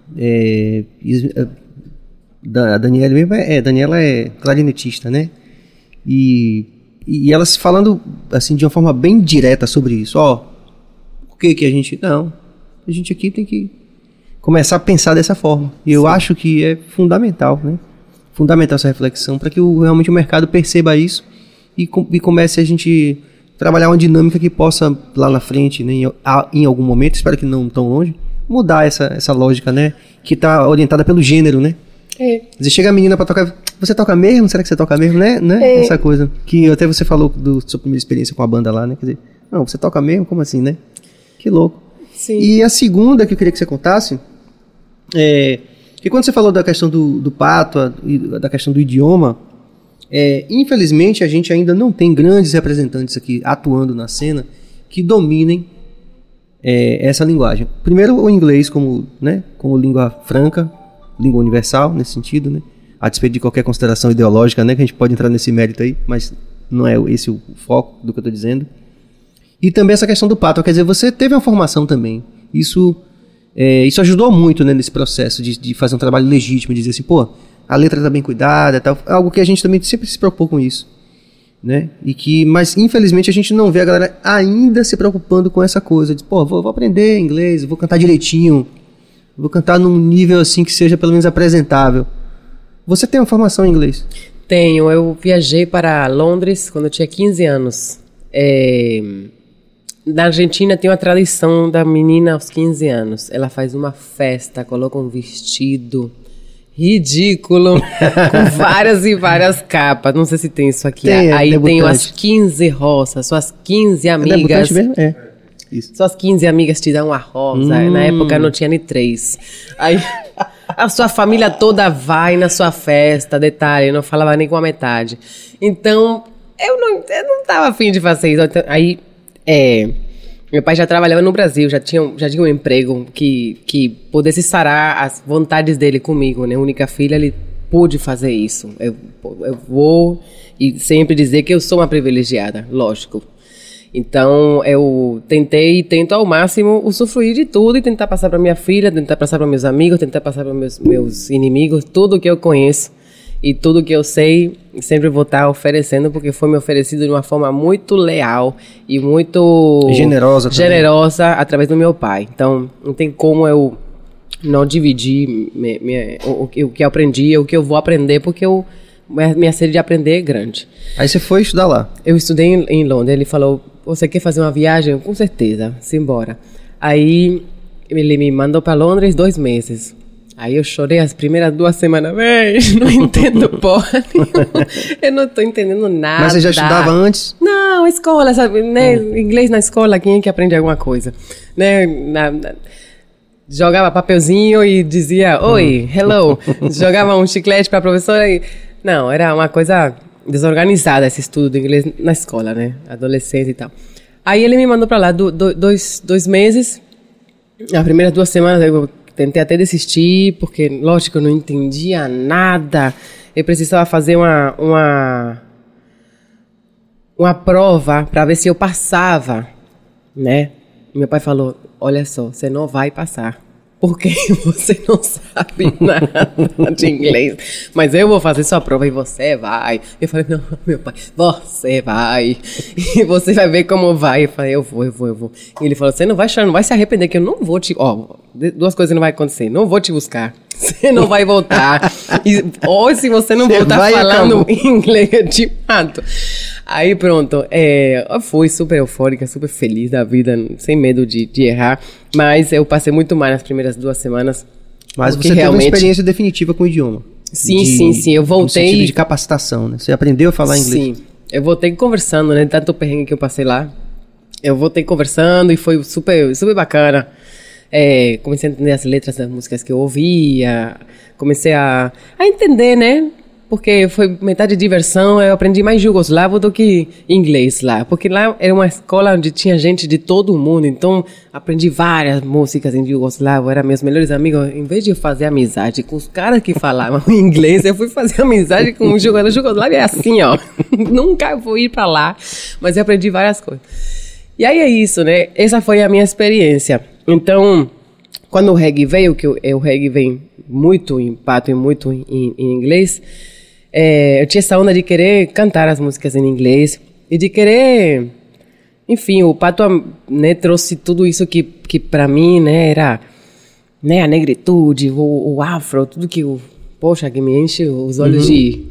Speaker 1: a Daniela mesmo Daniela é clarinetista, né? E elas falando, assim, de uma forma bem direta sobre isso. Por que a gente... Não, a gente aqui tem que começar a pensar dessa forma. E eu acho que é fundamental, né? Fundamental essa reflexão para que realmente o mercado perceba isso e comece a gente trabalhar uma dinâmica que possa, lá na frente, né, em algum momento, espero que não tão longe, mudar essa lógica, né? Que está orientada pelo gênero, né? Você chega a menina para tocar, você toca mesmo? Será que você toca mesmo, né? Essa coisa que até você falou da sua primeira experiência com a banda lá, né? Quer dizer, não, você toca mesmo? Como assim, né? Que louco.
Speaker 2: Sim.
Speaker 1: E a segunda que eu queria que você contasse que quando você falou da questão do pátua e da questão do idioma, infelizmente a gente ainda não tem grandes representantes aqui atuando na cena que dominem essa linguagem. Primeiro o inglês como língua franca, língua universal nesse sentido, né? A despeito de qualquer consideração ideológica, né? Que a gente pode entrar nesse mérito aí, mas não é esse o foco do que eu estou dizendo. E também essa questão do pátua, quer dizer, você teve uma formação também. Isso ajudou muito, né, nesse processo de fazer um trabalho legítimo, de dizer assim, a letra está bem cuidada, tal, algo que a gente também sempre se preocupou com isso, né? Mas infelizmente a gente não vê a galera ainda se preocupando com essa coisa de, vou aprender inglês, vou cantar direitinho, vou cantar num nível assim que seja pelo menos apresentável. Você tem uma formação em inglês?
Speaker 2: Tenho, eu viajei para Londres quando eu tinha 15 anos. Na Argentina tem uma tradição da menina aos 15 anos. Ela faz uma festa, coloca um vestido ridículo, com várias e várias capas. Não sei se tem isso aqui. Aí tem as 15 rosas, suas 15 amigas.
Speaker 1: Mesmo? Isso.
Speaker 2: Suas 15 amigas te dão uma rosa. Na época não tinha nem 3. Aí a sua família toda vai na sua festa, detalhe, eu não falava nem com a metade. Então, eu não tava afim de fazer isso. Então, aí... meu pai já trabalhava no Brasil, já tinha um emprego que pudesse sarar as vontades dele comigo, né? Única filha, ele pôde fazer isso. Eu vou e sempre dizer que eu sou uma privilegiada, lógico. Então, eu tentei e tento ao máximo usufruir de tudo e tentar passar para minha filha, tentar passar para meus amigos, tentar passar para meus inimigos, tudo que eu conheço. E tudo que eu sei, sempre vou estar oferecendo, porque foi me oferecido de uma forma muito leal e muito generosa através do meu pai. Então, não tem como eu não dividir o que eu aprendi, o que eu vou aprender, porque minha sede de aprender é grande.
Speaker 1: Aí você foi estudar lá?
Speaker 2: Eu estudei em Londres. Ele falou, você quer fazer uma viagem? Com certeza, simbora. Aí, ele me mandou para Londres 2 meses. Aí eu chorei as primeiras 2 semanas. Não entendo porra nenhuma. Eu não tô entendendo nada.
Speaker 1: Mas você já estudava antes?
Speaker 2: Não, escola, sabe? Né? Inglês na escola, quem é que aprende alguma coisa? Né? Jogava papelzinho e dizia, oi, hello. Jogava um chiclete pra professora e... Não, era uma coisa desorganizada esse estudo de inglês na escola, né? Adolescente e tal. Aí ele me mandou pra lá 2 meses. As primeiras 2 semanas eu tentei até desistir, porque, lógico, eu não entendia nada. Eu precisava fazer uma prova para ver se eu passava, né? Meu pai falou, olha só, você não vai passar, porque você não sabe nada de inglês. Mas eu vou fazer sua prova e você vai. Eu falei, não, meu pai, você vai. E você vai ver como vai. Eu falei, eu vou. E ele falou, você não vai chorar, não vai se arrepender, que eu não vou te... 2 coisas não vai acontecer. Não vou te buscar. Você não vai voltar. Ou se você não voltar falando inglês, eu te mato. Aí pronto, eu fui super eufórica, super feliz da vida, sem medo de errar. Mas eu passei muito mal nas primeiras 2 semanas.
Speaker 1: Mas você teve uma experiência definitiva com o idioma.
Speaker 2: Sim. Eu voltei...
Speaker 1: No sentido de capacitação, né? Você aprendeu a falar inglês.
Speaker 2: Sim. Eu voltei conversando, né? Tanto perrengue que eu passei lá. Eu voltei conversando e foi super, super bacana. Comecei a entender as letras das músicas que eu ouvia, comecei a entender, né? Porque foi metade de diversão, eu aprendi mais jugoslavo do que inglês lá. Porque lá era uma escola onde tinha gente de todo o mundo, então aprendi várias músicas em jugoslavo, eram meus melhores amigos. Em vez de eu fazer amizade com os caras que falavam inglês, eu fui fazer amizade com os jogadores jugoslavo, é assim, ó. Nunca vou ir pra lá, mas eu aprendi várias coisas. E aí é isso, né? Essa foi a minha experiência. Então, quando o reggae veio, que o reggae vem muito em pato e muito em inglês, eu tinha essa onda de querer cantar as músicas em inglês e de querer... Enfim, o Pato, né, trouxe tudo isso que para mim, né, era, né, a negritude, o afro, tudo que, poxa, que me enche os olhos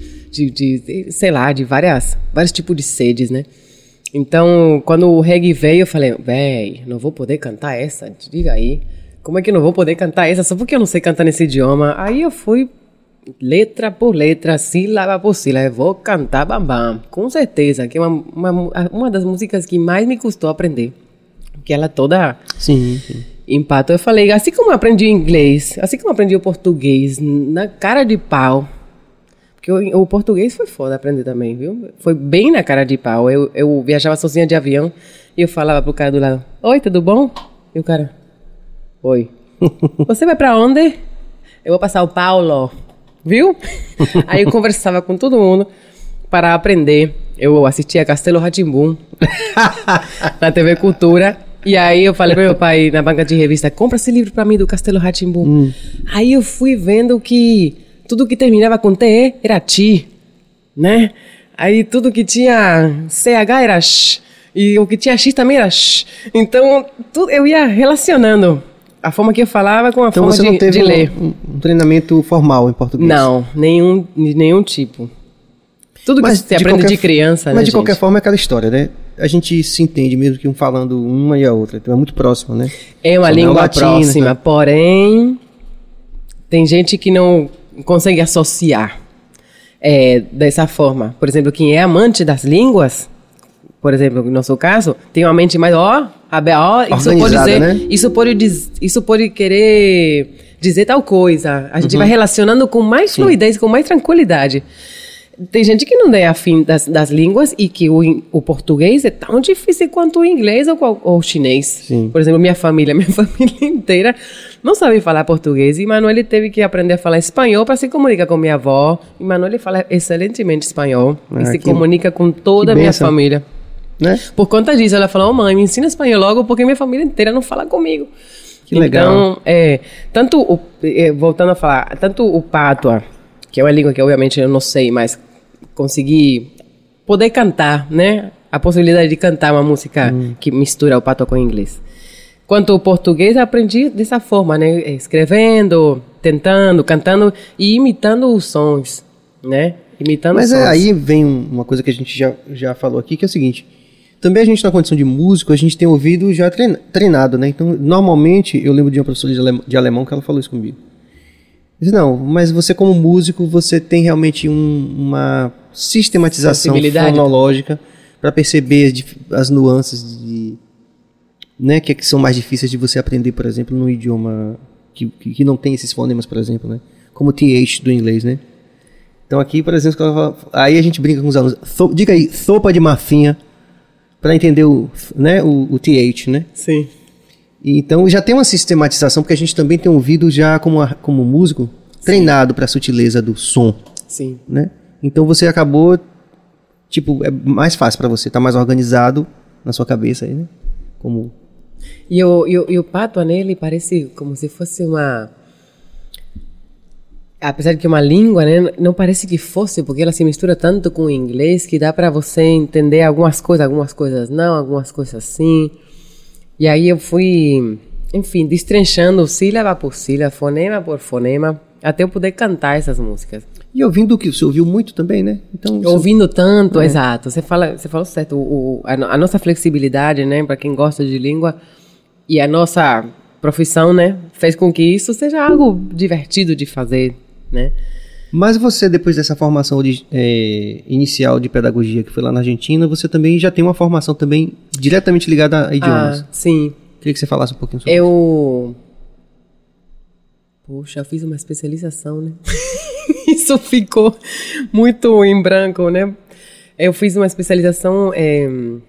Speaker 2: de sei lá, de vários tipos de sedes, né? Então, quando o reggae veio, eu falei, véi, não vou poder cantar essa, diga aí. Como é que eu não vou poder cantar essa só porque eu não sei cantar nesse idioma? Aí eu fui... letra por letra, sílaba por sílaba, eu vou cantar bambam, com certeza, que é uma das músicas que mais me custou aprender, porque ela toda
Speaker 1: sim.
Speaker 2: em pato. Eu falei, assim como eu aprendi inglês, assim como eu aprendi o português, na cara de pau, porque o português foi foda aprender também, viu? Foi bem na cara de pau. Eu viajava sozinha de avião e eu falava pro cara do lado, oi, tudo bom? E o cara, oi. Você vai pra onde? Eu vou pra São Paulo. Viu? Aí eu conversava com todo mundo para aprender. Eu assistia Castelo Rá-Tim-Bum na TV Cultura. E aí eu falei para meu pai na banca de revista, compra esse livro para mim do Castelo Rá-Tim-Bum. Aí eu fui vendo que tudo que terminava com TE era ti, né? Aí tudo que tinha CH era sh. E o que tinha X também era sh. Então eu ia relacionando a forma que eu falava com a
Speaker 1: então
Speaker 2: forma
Speaker 1: você não teve
Speaker 2: de ler.
Speaker 1: Um treinamento formal em português?
Speaker 2: Não, nenhum tipo. Tudo que você aprende de criança, né,
Speaker 1: mas de qualquer forma é aquela história, né? A gente se entende mesmo que um falando uma e a outra. Então é muito próximo, né?
Speaker 2: É uma língua
Speaker 1: latina,
Speaker 2: próxima,
Speaker 1: tá?
Speaker 2: Porém, tem gente que não consegue associar dessa forma. Por exemplo, quem é amante das línguas, por exemplo, no nosso caso, tem uma mente mais, isso pode dizer, né? Isso pode querer dizer tal coisa. A gente vai relacionando com mais fluidez, com mais tranquilidade. Tem gente que não é afim das línguas e que o português é tão difícil quanto o inglês ou o chinês.
Speaker 1: Sim.
Speaker 2: Por exemplo, minha família inteira não sabe falar português e Manuel teve que aprender a falar espanhol para se comunicar com minha avó. E Manuel fala excelentemente espanhol e se comunica com toda a minha família.
Speaker 1: Né?
Speaker 2: Por conta disso, ela falou, mãe, me ensina espanhol logo porque minha família inteira não fala comigo.
Speaker 1: Que legal.
Speaker 2: Então, voltando a falar, tanto o Patua, que é uma língua que obviamente eu não sei, mas consegui poder cantar, né? A possibilidade de cantar uma música que mistura o Patua com o inglês. Quanto o português, eu aprendi dessa forma, né? Escrevendo, tentando, cantando e imitando os sons, né?
Speaker 1: Mas aí vem uma coisa que a gente já falou aqui, que é o seguinte... Também a gente, na condição de músico, a gente tem ouvido já treinado, né? Então, normalmente, eu lembro de uma professora de alemão que ela falou isso comigo. Disse, não, mas você como músico, você tem realmente uma sistematização fonológica para perceber as nuances né, que são mais difíceis de você aprender, por exemplo, num idioma que não tem esses fonemas, por exemplo, né? Como o TH do inglês, né? Então aqui, por exemplo, aí a gente brinca com os alunos. Diga aí, sopa de marfinha, para entender o TH, né?
Speaker 2: Sim.
Speaker 1: Então já tem uma sistematização, porque a gente também tem ouvido já como músico treinado para a sutileza do som.
Speaker 2: Sim.
Speaker 1: Né? Então você acabou, é mais fácil para você, tá mais organizado na sua cabeça aí, né?
Speaker 2: E o Patua nele parece como se fosse apesar de que é uma língua, né, não parece que fosse, porque ela se mistura tanto com o inglês que dá para você entender algumas coisas não, algumas coisas sim. E aí eu fui, enfim, destrinchando sílaba por sílaba, fonema por fonema, até eu poder cantar essas músicas.
Speaker 1: E ouvindo o que você ouviu muito também, né? Então,
Speaker 2: ouvindo tanto, exato. Você falou certo. A nossa flexibilidade, né, para quem gosta de língua, e a nossa profissão, né, fez com que isso seja algo divertido de fazer, né?
Speaker 1: Mas você, depois dessa formação inicial de pedagogia que foi lá na Argentina, você também já tem uma formação também diretamente ligada a idiomas.
Speaker 2: Sim.
Speaker 1: Queria que você falasse um pouquinho sobre isso.
Speaker 2: Poxa, eu fiz uma especialização, né? Isso ficou muito em branco, né? Eu fiz uma especialização em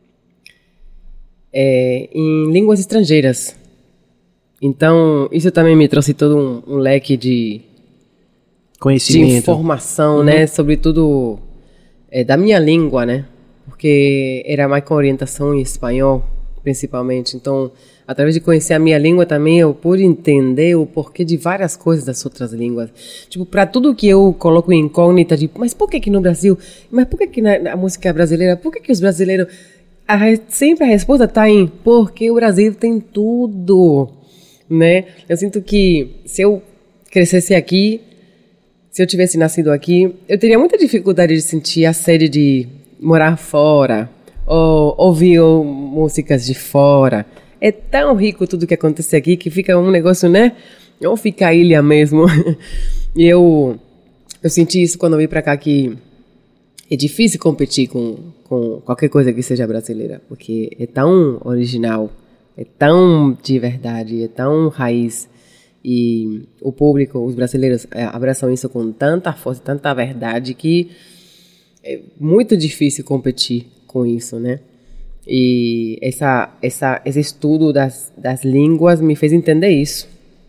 Speaker 2: línguas estrangeiras. Então, isso também me trouxe todo um leque de conhecimento, de informação, né? Sobretudo da minha língua, né? Porque era mais com orientação em espanhol, principalmente. Então, através de conhecer a minha língua também, eu pude entender o porquê de várias coisas das outras línguas. Tipo, para tudo que eu coloco em incógnita, de, mas por que no Brasil? Mas por que na música brasileira? Por que os brasileiros... sempre a resposta está em porque o Brasil tem tudo, né? Eu sinto que se eu crescesse aqui, se eu tivesse nascido aqui, eu teria muita dificuldade de sentir a sede de morar fora, ou ouvir músicas de fora. É tão rico tudo que acontece aqui que fica um negócio, né? Ou fica ilha mesmo. E eu senti isso quando eu vim pra cá, que é difícil competir com qualquer coisa que seja brasileira, porque é tão original, é tão de verdade, é tão raiz. E o público, os brasileiros abraçam isso com tanta força, tanta verdade, que é muito difícil competir com isso, né? E esse estudo das línguas me fez entender isso.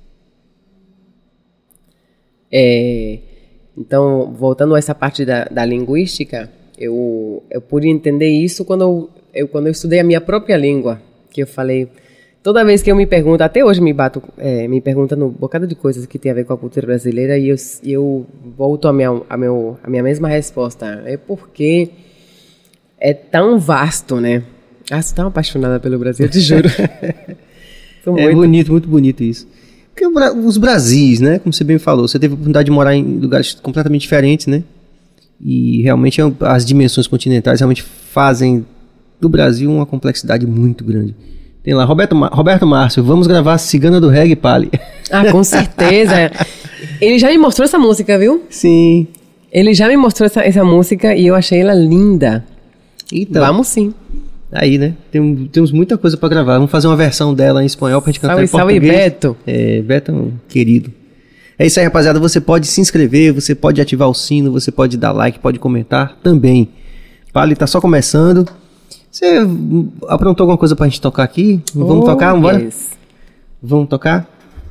Speaker 2: Então, voltando a essa parte da linguística, eu pude entender isso quando eu estudei a minha própria língua, que eu falei... Toda vez que eu me pergunto, até hoje me perguntam um bocado de coisas que tem a ver com a cultura brasileira, e eu volto à minha mesma resposta. É porque é tão vasto, né? Eu sou tão apaixonada pelo Brasil, eu te juro.
Speaker 1: É bonito, muito bonito isso. Porque os Brasis, né? Como você bem falou, você teve a oportunidade de morar em lugares completamente diferentes, né? E realmente as dimensões continentais realmente fazem do Brasil uma complexidade muito grande. Tem lá, Roberto Márcio, vamos gravar Cigana do Reggae, Pali.
Speaker 2: Ah, com certeza. Ele já me mostrou essa música, viu?
Speaker 1: Sim.
Speaker 2: Ele já me mostrou essa música e eu achei ela linda.
Speaker 1: Então.
Speaker 2: Vamos sim.
Speaker 1: Aí, né? Temos muita coisa pra gravar. Vamos fazer uma versão dela em espanhol pra gente cantar em português.
Speaker 2: Salve, Beto.
Speaker 1: Beto, querido. É isso aí, rapaziada. Você pode se inscrever, você pode ativar o sino, você pode dar like, pode comentar também. Pali tá só começando. Você aprontou alguma coisa pra gente tocar aqui? Vamos tocar? Vamos embora?
Speaker 2: Yes.
Speaker 1: Vamos tocar?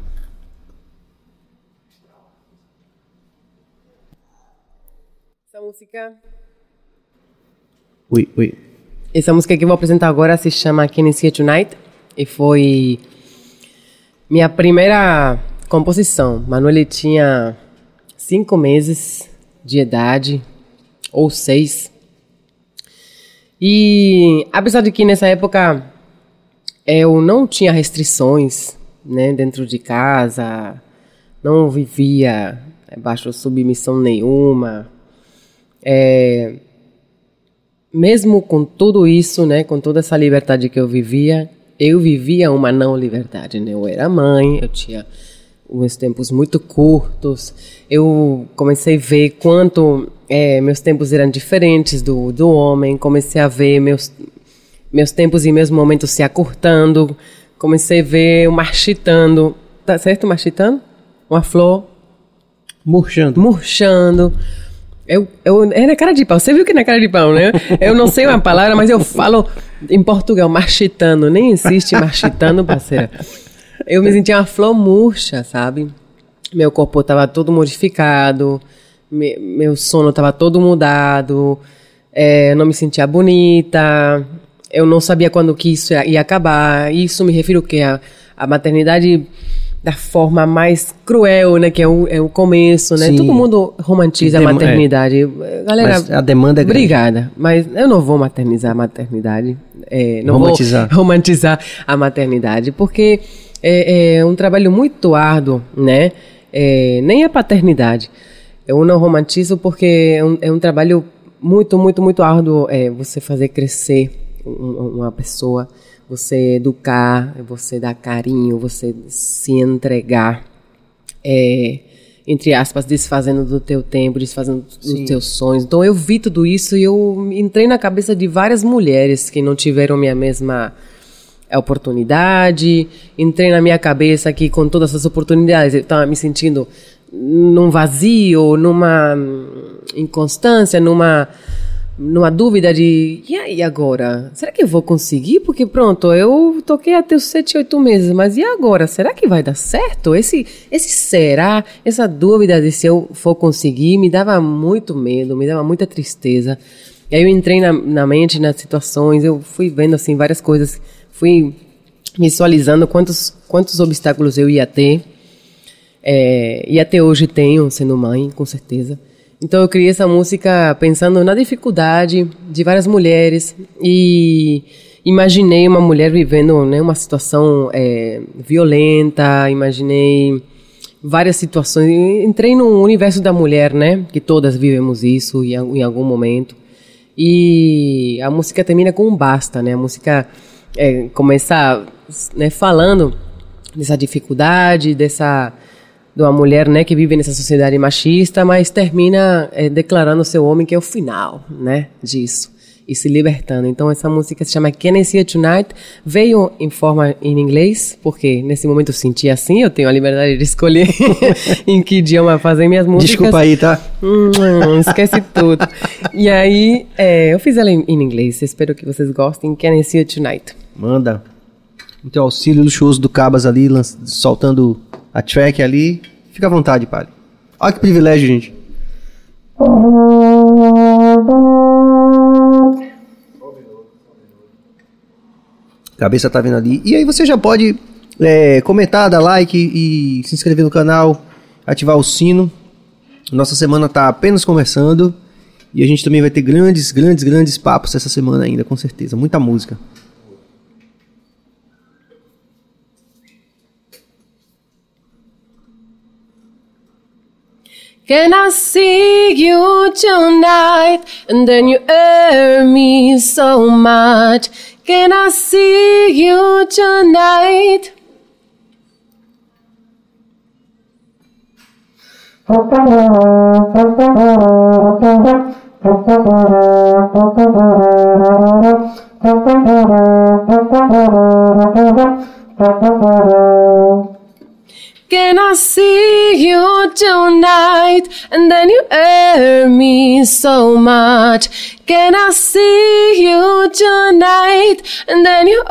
Speaker 2: Essa música...
Speaker 1: Oi.
Speaker 2: Essa música que eu vou apresentar agora se chama Can You See It Tonight? E foi minha primeira composição. Manuel tinha 5 meses de idade, ou 6. E apesar de que nessa época eu não tinha restrições, né, dentro de casa, não vivia baixo submissão nenhuma, mesmo com tudo isso, né, com toda essa liberdade que eu vivia uma não liberdade, né? Eu era mãe, eu tinha meus tempos muito curtos, eu comecei a ver quanto meus tempos eram diferentes do homem, comecei a ver meus tempos e meus momentos se acurtando, comecei a ver eu marchitando, tá certo marchitando? Uma flor murchando. É na cara de pau, você viu que é na cara de pau, né? Eu não sei uma palavra, mas eu falo em Portugal, marchitando, nem existe marchitando, parceira. Eu me sentia uma flor murcha, sabe? Meu corpo estava todo modificado, meu sono estava todo mudado, eu não me sentia bonita, eu não sabia quando que isso ia acabar. Isso me refiro que a maternidade da forma mais cruel, né? Que é o começo, né? Sim. Todo mundo romantiza a maternidade. Galera,
Speaker 1: mas a demanda é grande.
Speaker 2: Obrigada, mas eu não vou maternizar a maternidade. Não vou romantizar a maternidade, porque é um trabalho muito árduo, né? Nem a paternidade. Eu não romantizo porque é um trabalho muito, muito, muito árduo. Você fazer crescer uma pessoa, você educar, você dar carinho, você se entregar, entre aspas, desfazendo do teu tempo, desfazendo dos teus sonhos. Então eu vi tudo isso e eu entrei na cabeça de várias mulheres que não tiveram minha mesma oportunidade. Entrei na minha cabeça que com todas as oportunidades eu estava me sentindo num vazio, numa inconstância, numa dúvida de, e agora? Será que eu vou conseguir? Porque pronto, eu toquei até os 7, 8 meses, mas e agora? Será que vai dar certo? Esse será, essa dúvida de se eu for conseguir, me dava muito medo, me dava muita tristeza. E aí eu entrei na mente, nas situações, eu fui vendo assim várias coisas, fui visualizando quantos obstáculos eu ia ter. E até hoje tenho, sendo mãe, com certeza. Então eu criei essa música pensando na dificuldade de várias mulheres e imaginei uma mulher vivendo, né, uma situação violenta, imaginei várias situações, entrei no universo da mulher, né, que todas vivemos isso em algum momento. E a música termina com um basta, né, a música começa, né, falando dessa dificuldade, de uma mulher, né, que vive nessa sociedade machista, mas termina declarando ao seu homem que é o final, né, disso, e se libertando. Então essa música se chama Can I See You Tonight, veio em forma em inglês, porque nesse momento eu senti assim, eu tenho a liberdade de escolher em que idioma fazer minhas músicas.
Speaker 1: Desculpa aí, tá?
Speaker 2: Esquece tudo. E aí, eu fiz ela em inglês, espero que vocês gostem. Can I See You Tonight?
Speaker 1: Manda. O teu auxílio luxuoso do Cabas ali, soltando a track ali. Fica à vontade, Pali. Olha que privilégio, gente. Cabeça tá vendo ali. E aí você já pode comentar, dar like e se inscrever no canal, ativar o sino. Nossa semana tá apenas começando. E a gente também vai ter grandes papos essa semana ainda, com certeza. Muita música.
Speaker 2: Can I see you tonight, and then you hurt me so much? Can I see you tonight? Can I see you tonight, and then you hurt me so much? Can I see you tonight, and then you,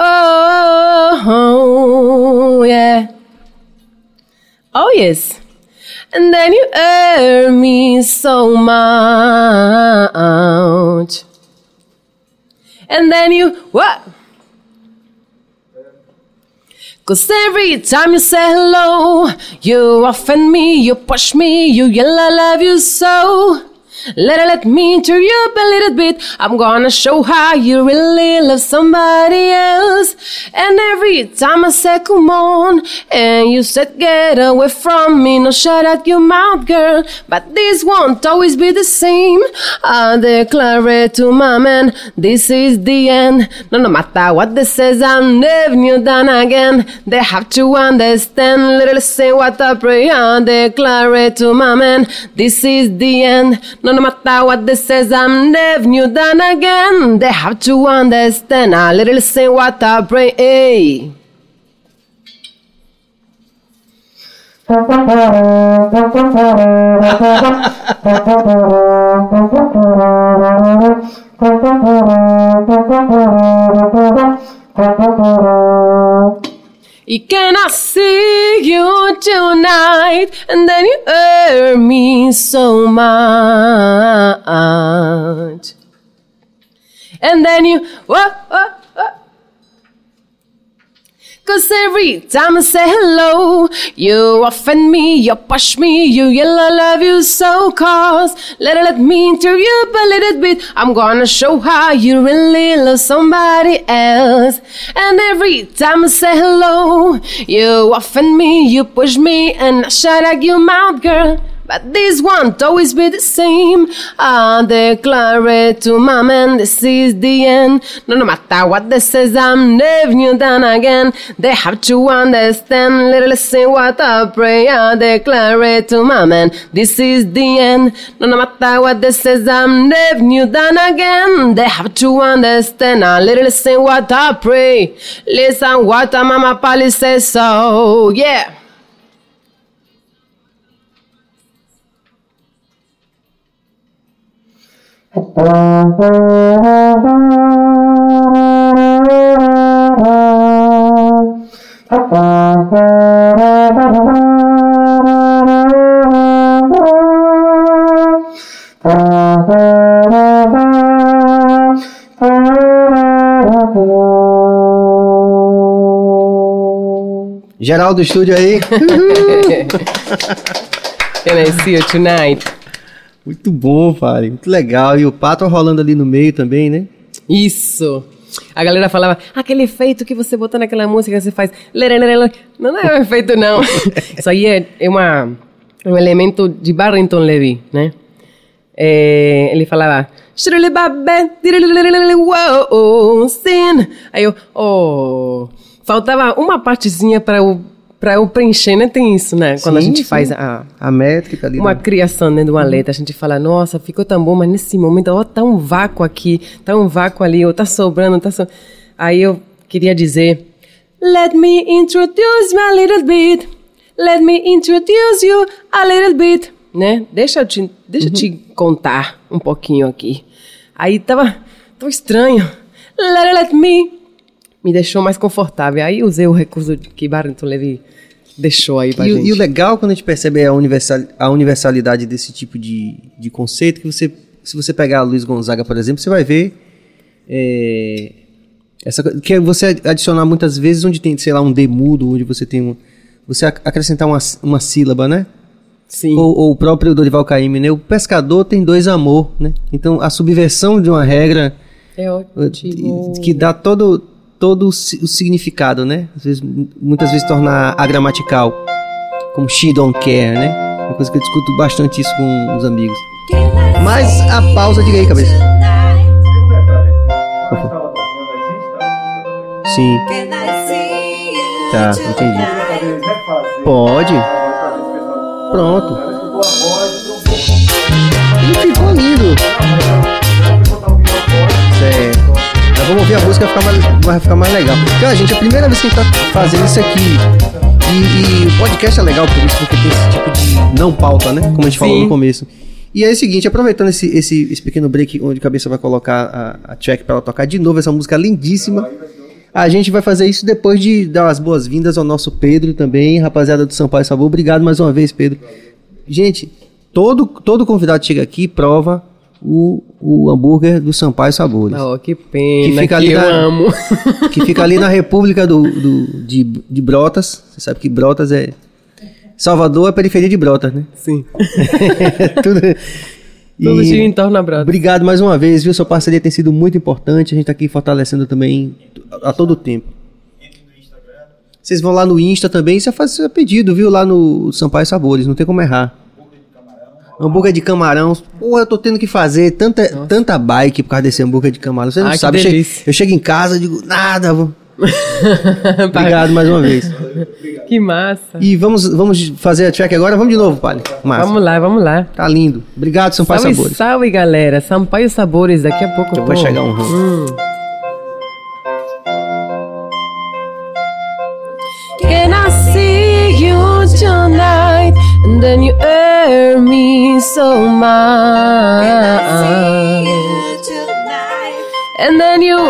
Speaker 2: oh, yeah. Oh, yes. And then you hurt me so much. And then you, what? 'Cause every time you say hello, you offend me, you push me, you yell I love you so. Let me turn you up a little bit. I'm gonna show how you really love somebody else. And every time I say come on, and you said get away from me, no shut out your mouth, girl. But this won't always be the same. I declare it to my man, this is the end. No matter what they says, I'm never new done again. They have to understand, literally say what I pray. I declare it to my man, this is the end. No matter what they says, I'm never new done again. They have to understand, I literally say what I pray. Hey. Can I see you tonight, and then you hurt me so much. And then you, what? 'Cause every time I say hello, you offend me, you push me, you yell I love you so. 'Cause let me turn you up a little bit. I'm gonna show how you really love somebody else. And every time I say hello, you offend me, you push me, and I shut out your mouth, girl. but this won't always be the same. I declare it to my man, this is the end. No matter what they says, I'm never new done again. They have to understand, little listen what I pray. I declare it to my man, this is the end. No matter what they says, I'm never new done again. They have to understand, I little listen what I pray. Listen what a mama Polly says, so yeah.
Speaker 1: Geral do estúdio aí.
Speaker 2: Can I see you tonight?
Speaker 1: Muito bom, Fari. Muito legal. E o pato rolando ali no meio também, né?
Speaker 2: Isso. A galera falava, aquele efeito que você botou naquela música, você faz... Não é um efeito, não. Isso aí é um elemento de Barrington Levy, né? Ele falava... Aí eu... Faltava uma partezinha para eu preencher, né? Tem isso, né? Quando a gente faz
Speaker 1: a métrica ali.
Speaker 2: Uma criação dentro de uma letra, a gente fala, nossa, ficou tão bom, mas nesse momento, ó, tá um vácuo aqui, tá um vácuo ali, ou tá sobrando, Aí eu queria dizer, let me introduce you a little bit, let me introduce you a little bit, né? Deixa eu te contar um pouquinho aqui. Aí tava tão estranho, let me deixou mais confortável. Aí usei o recurso que Barrington Levy deixou aí pra gente.
Speaker 1: E o legal quando a gente percebe a universalidade desse tipo de conceito, que se você pegar a Luiz Gonzaga, por exemplo, você vai ver essa coisa, que é você adicionar muitas vezes onde tem, sei lá, um D mudo, onde você tem você acrescentar uma sílaba, né?
Speaker 2: Sim.
Speaker 1: Ou o próprio Dorival Caymmi, né? O pescador tem dois amor, né? Então a subversão de uma regra
Speaker 2: é ótimo.
Speaker 1: Que dá todo o significado, né? Muitas vezes torna agramatical, como she don't care, né? Uma coisa que eu discuto bastante isso com os amigos. Mas a pausa, diga aí, cabeça. Sim. Tá, entendi. Pode. Pronto. E ficou lindo. Certo. Vamos ouvir a música, vai ficar mais legal. Então, gente, é a primeira vez que a gente tá fazendo isso aqui. E o podcast é legal por isso, porque tem esse tipo de não pauta, né? Como a gente falou no começo. E é o seguinte, aproveitando esse pequeno break onde a cabeça vai colocar a track para ela tocar de novo, essa música lindíssima. A gente vai fazer isso depois de dar as boas-vindas ao nosso Pedro também, rapaziada do Sampaio Sabor. Obrigado mais uma vez, Pedro. Gente, todo convidado que chega aqui prova o hambúrguer do Sampaio Sabores.
Speaker 2: Oh, que pena,
Speaker 1: que fica ali amo. Que fica ali na República de Brotas. Você sabe que Brotas é... Salvador é a periferia de Brotas, né?
Speaker 2: Sim.
Speaker 1: Tudo
Speaker 2: gira em torno da Brotas.
Speaker 1: Obrigado mais uma vez, viu? Sua parceria tem sido muito importante. A gente tá aqui fortalecendo também a todo tempo. Vocês vão lá no Insta também e você faz seu pedido, viu? Lá no Sampaio Sabores, não tem como errar. Hambúrguer de camarão. Porra, eu tô tendo que fazer tanta bike por causa desse hambúrguer de camarão. Você não sabe. Eu chego em casa e digo, nada. Obrigado mais uma vez.
Speaker 2: Que massa.
Speaker 1: E vamos fazer a track agora? Vamos de novo, Pali. Massa.
Speaker 2: Vamos lá.
Speaker 1: Tá lindo. Obrigado, Sampaio Sabores.
Speaker 2: Salve, galera. Sampaio Sabores, daqui a pouco.
Speaker 1: Vai chegar um ramo.
Speaker 2: Can I see you tonight? And then you hurt me so much. Can I see you tonight? And then you...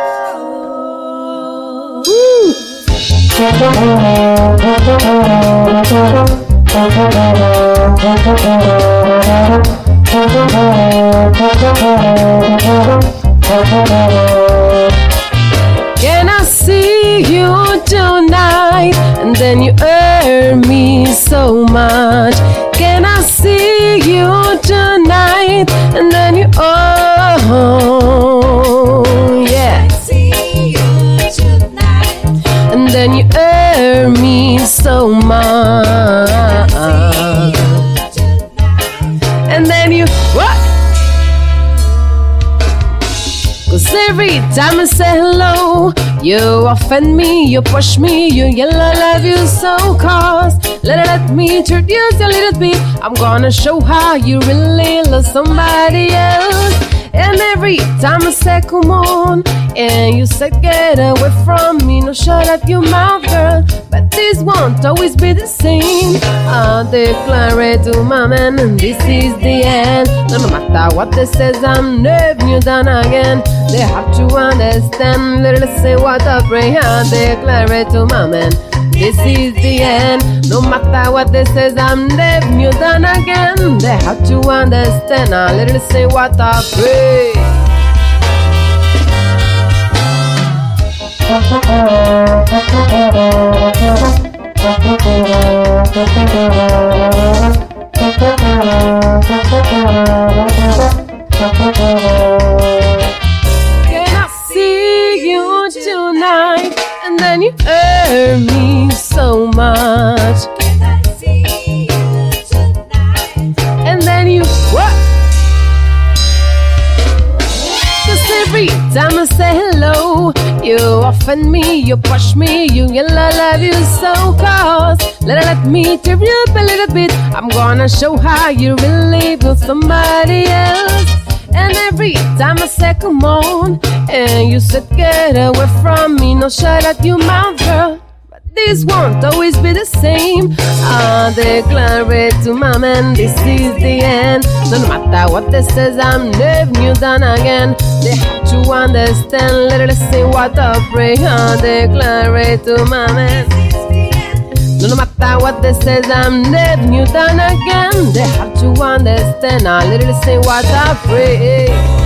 Speaker 2: Can I see you tonight? And then you hurt me so much. Can I see you tonight? And then you yeah. And then you hurt me so much. 'Cause every time I say hello, you offend me, you push me, you yell I love you so. 'Cause let me introduce you a little bit. I'm gonna show how you really love somebody else. And every time I say come on, and you say get away from me, no shut up your mouth, girl. But this won't always be the same. I'll declare it to my man, and this is the end. No matter what they says, I'm never new done again. They have to understand, literally say what I pray. I'll declare it to my man, this is the end. No matter what they says, I'm never new done again. They have to understand, I literally say what I pray. Can I see you tonight? And then you hurt me so much.
Speaker 3: Can I see you tonight?
Speaker 2: And then you what? 'Cause every time I say hello, you offend me, you push me, you yell I love you so. 'Cause let me tear you up a little bit. I'm gonna show how you really feel somebody else. And every time I say come on, and you said get away from me, no shut up your mouth, girl. But this won't always be the same. I declare it to my man, this is the end. No matter what they says, I'm never new done again. They have to understand, literally say what I pray. I declare it to my man. No matter what they says, I'm never new done again. They have to understand, I literally say what I pray.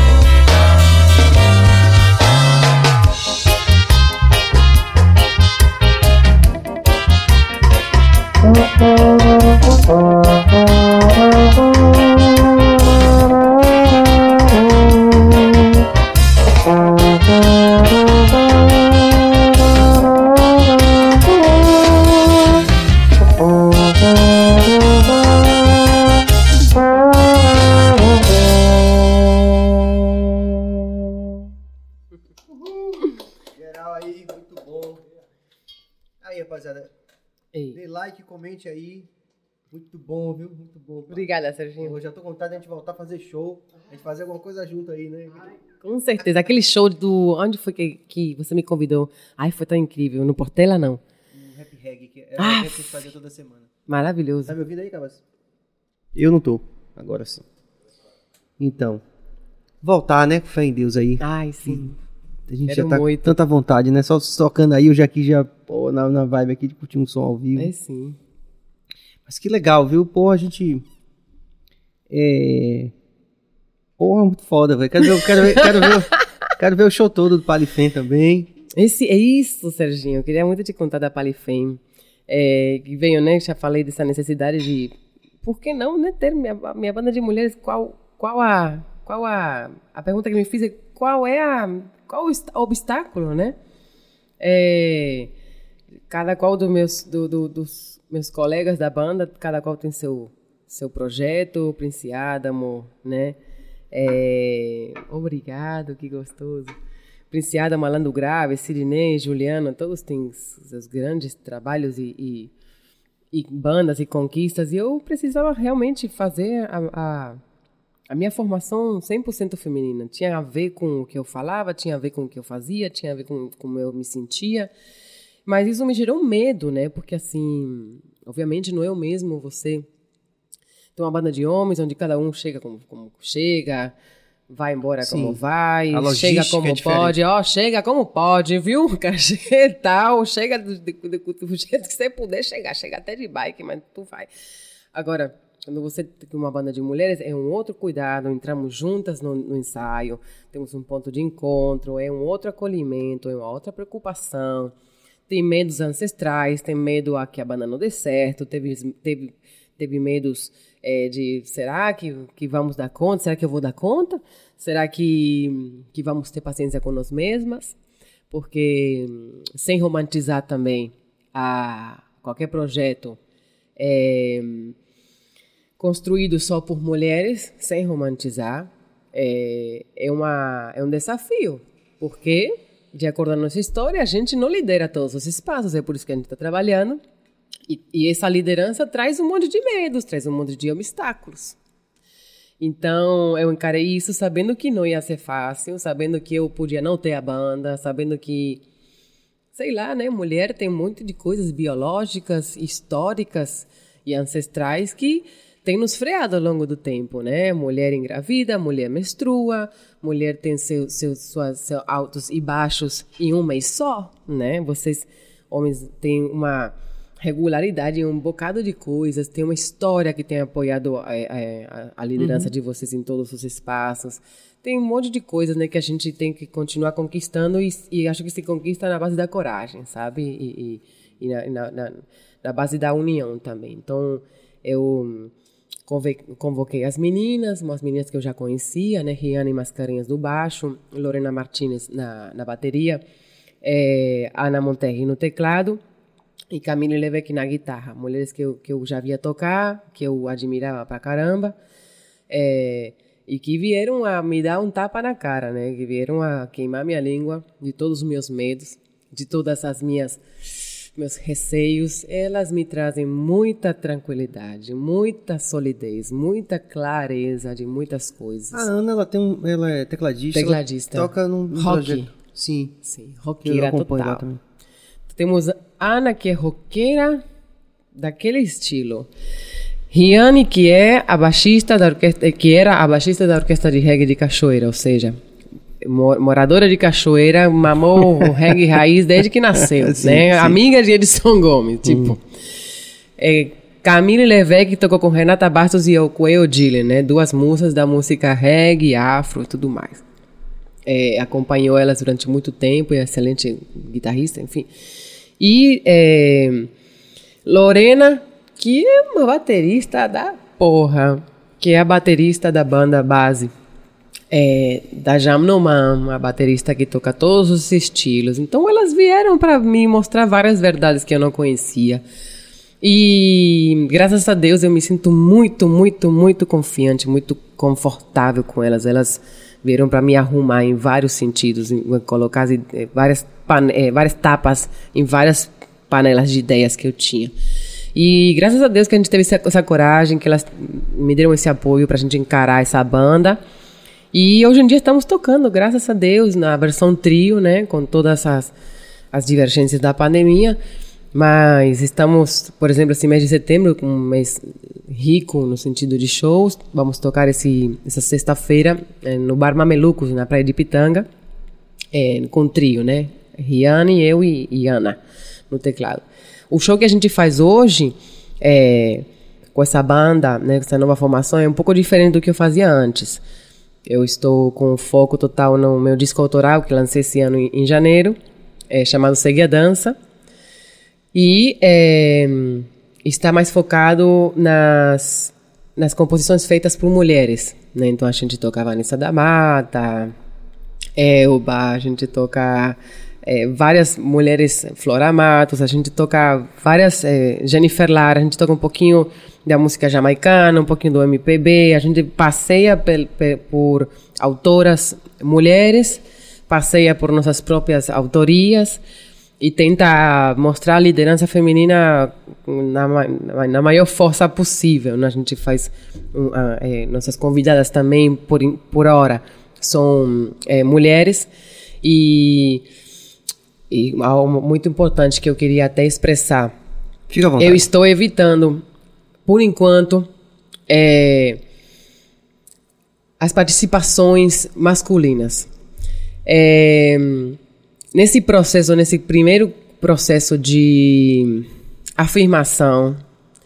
Speaker 1: Geral aí, muito bom. Aí, rapaziada.
Speaker 2: Ei.
Speaker 1: Dê like, comente aí. Muito bom, viu? Muito bom.
Speaker 2: Obrigada, Serginho.
Speaker 1: Eu já tô com vontade de a gente voltar a fazer show. A gente fazer alguma coisa junto aí, né?
Speaker 2: Com certeza. Aquele show do... Onde foi que você me convidou? Ai, foi tão incrível. No Portela, não.
Speaker 1: Um rap reggae, que era o rap que a gente fazia toda semana.
Speaker 2: Maravilhoso.
Speaker 1: Tá me ouvindo aí, Cabas? Eu não tô. Agora sim. Então, voltar, né? Com fé em Deus aí.
Speaker 2: Ai, sim.
Speaker 1: A gente
Speaker 2: Quero
Speaker 1: já tá
Speaker 2: muito.
Speaker 1: com tanta vontade, né? Só tocando aí, eu já aqui já, pô, na vibe aqui de curtir um som ao vivo.
Speaker 2: É sim.
Speaker 1: Mas que legal, viu? Pô, a gente... Porra, muito foda, velho. Quero ver o show todo do Palifem também.
Speaker 2: É isso, Serginho. Eu queria muito te contar da Palifem. Que veio, né? Já falei dessa necessidade de... Por que não, né? Ter minha banda de mulheres. Qual a pergunta que me fiz é qual o obstáculo, né? Cada qual dos meus colegas da banda, cada qual tem seu projeto, Prince Adamo, né? Obrigado, que gostoso. Prince Adamo, Malandro Grave, Sidney, Juliana, todos têm seus grandes trabalhos e bandas e conquistas. E eu precisava realmente fazer a minha formação 100% feminina. Tinha a ver com o que eu falava, tinha a ver com o que eu fazia, tinha a ver com como eu me sentia. Mas isso me gerou medo, né? Porque, assim, obviamente não é o mesmo você ter uma banda de homens onde cada um chega como chega, vai embora
Speaker 1: Sim.
Speaker 2: como vai,
Speaker 1: A
Speaker 2: chega
Speaker 1: logística
Speaker 2: como
Speaker 1: é diferente.
Speaker 2: pode. Chega como pode, viu? Tal, chega do jeito que você puder chegar. Chega até de bike, mas tu vai. Agora, quando você tem uma banda de mulheres, é um outro cuidado, entramos juntas no ensaio, temos um ponto de encontro, é um outro acolhimento, é uma outra preocupação. Tem medos ancestrais, tem medo a que a banda não dê certo, teve medos de, será que vamos dar conta? Será que eu vou dar conta? Será que vamos ter paciência com nós mesmas? Porque, sem romantizar também qualquer projeto construído só por mulheres, sem romantizar, é um desafio. Porque, de acordo com a nossa história, a gente não lidera todos os espaços, é por isso que a gente está trabalhando. E essa liderança traz um monte de medos, traz um monte de obstáculos. Então, eu encarei isso sabendo que não ia ser fácil, sabendo que eu podia não ter a banda, sabendo que, sei lá, né, mulher tem um monte de coisas biológicas, históricas e ancestrais que tem nos freado ao longo do tempo, né? Mulher engravida, mulher menstrua, mulher tem seus altos e baixos em um mês só, né? Vocês, homens, têm uma regularidade em um bocado de coisas, tem uma história que tem apoiado a liderança de vocês em todos os espaços. Tem um monte de coisas, né, que a gente tem que continuar conquistando e acho que se conquista na base da coragem, sabe? E na base da união também. Então, eu convoquei as meninas, umas meninas que eu já conhecia, né? Rihanna e Mascarenhas no baixo, Lorena Martinez na bateria, Ana Monterri no teclado e Camille Levesque na guitarra. Mulheres que eu já via tocar, que eu admirava pra caramba, e que vieram a me dar um tapa na cara, né? Que vieram a queimar minha língua de todos os meus medos, de todas as meus receios. Elas me trazem muita tranquilidade, muita solidez, muita clareza de muitas coisas.
Speaker 1: A Ana, ela é tecladista.
Speaker 2: Tecladista.
Speaker 1: Ela toca num
Speaker 2: rock.
Speaker 1: projeto. Sim.
Speaker 2: Roqueira
Speaker 1: Eu acompanho lá
Speaker 2: total.
Speaker 1: também.
Speaker 2: Temos Ana, que é roqueira daquele estilo. Riane, que é a baixista da orquestra, que era a baixista da orquestra de reggae de Cachoeira, ou seja, moradora de Cachoeira, mamou o reggae raiz desde que nasceu,
Speaker 1: Sim,
Speaker 2: né?
Speaker 1: sim.
Speaker 2: Amiga de Edson Gomes, tipo. Camille Levesque tocou com Renata Bastos e Okwei Odile, né? Duas musas da música reggae, afro e tudo mais. Acompanhou elas durante muito tempo, é excelente guitarrista, enfim. E Lorena, que é uma baterista da porra, que é a baterista da banda base da Jam No Man, a baterista que toca todos os estilos. Então elas vieram para me mostrar várias verdades que eu não conhecia. E graças a Deus eu me sinto muito, muito, muito confiante, muito confortável com elas. Elas vieram para me arrumar em vários sentidos, colocar várias tapas em várias panelas de ideias que eu tinha. E graças a Deus que a gente teve essa coragem, que elas me deram esse apoio para a gente encarar essa banda. E hoje em dia estamos tocando, graças a Deus, na versão trio, né, com todas as divergências da pandemia. Mas estamos, por exemplo, esse mês de setembro, um mês rico no sentido de shows. Vamos tocar essa sexta-feira no Bar Mamelucos, na Praia de Pitanga, com trio, né? Riane, eu e Ana no teclado. O show que a gente faz hoje, com essa banda, né, com essa nova formação, é um pouco diferente do que eu fazia antes. Eu estou com foco total no meu disco autoral, que lancei esse ano em janeiro, chamado Segue a Dança. E está mais focado nas composições feitas por mulheres, né? Então a gente toca Vanessa da Mata, Elba, a gente toca várias mulheres, Flora Matos, a gente toca várias, Jennifer Lara, a gente toca um pouquinho da música jamaicana, um pouquinho do MPB, a gente passeia por autoras mulheres, passeia por nossas próprias autorias, e tenta mostrar a liderança feminina na maior força possível, né? A gente faz... nossas convidadas também, por hora, são mulheres. E algo muito importante que eu queria até expressar.
Speaker 1: Fica à vontade.
Speaker 2: Eu estou evitando, por enquanto, as participações masculinas. Nesse primeiro processo de afirmação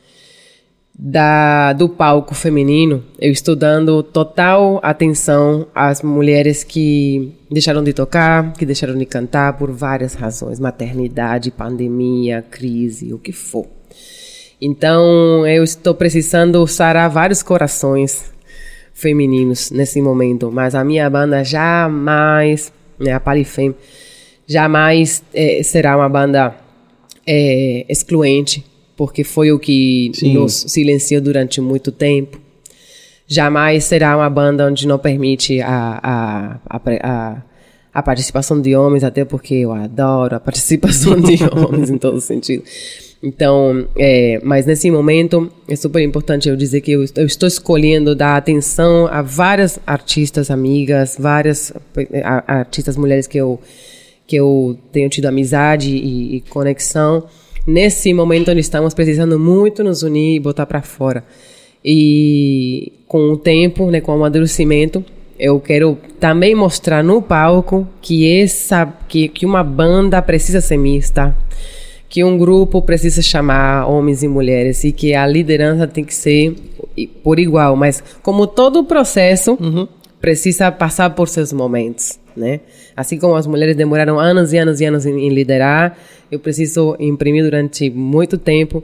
Speaker 2: do palco feminino, eu estou dando total atenção às mulheres que deixaram de tocar, que deixaram de cantar por várias razões, maternidade, pandemia, crise, o que for. Então, eu estou precisando sarar vários corações femininos nesse momento, mas a minha banda jamais, né, a Palifem, jamais será uma banda excluente, porque foi o que nos silenciou durante muito tempo. Jamais será uma banda onde não permite a a participação de homens, até porque eu adoro a participação de homens em todo sentido. Então, mas nesse momento é super importante eu dizer que eu estou escolhendo dar atenção a várias artistas amigas, várias artistas mulheres que eu tenho tido amizade e conexão. Nesse momento, nós estamos precisando muito nos unir e botar para fora. E com o tempo, né, com o amadurecimento, eu quero também mostrar no palco que uma banda precisa ser mista, que um grupo precisa chamar homens e mulheres e que a liderança tem que ser por igual. Mas como todo processo, precisa passar por seus momentos, né? Assim como as mulheres demoraram anos e anos e anos em liderar, eu preciso imprimir durante muito tempo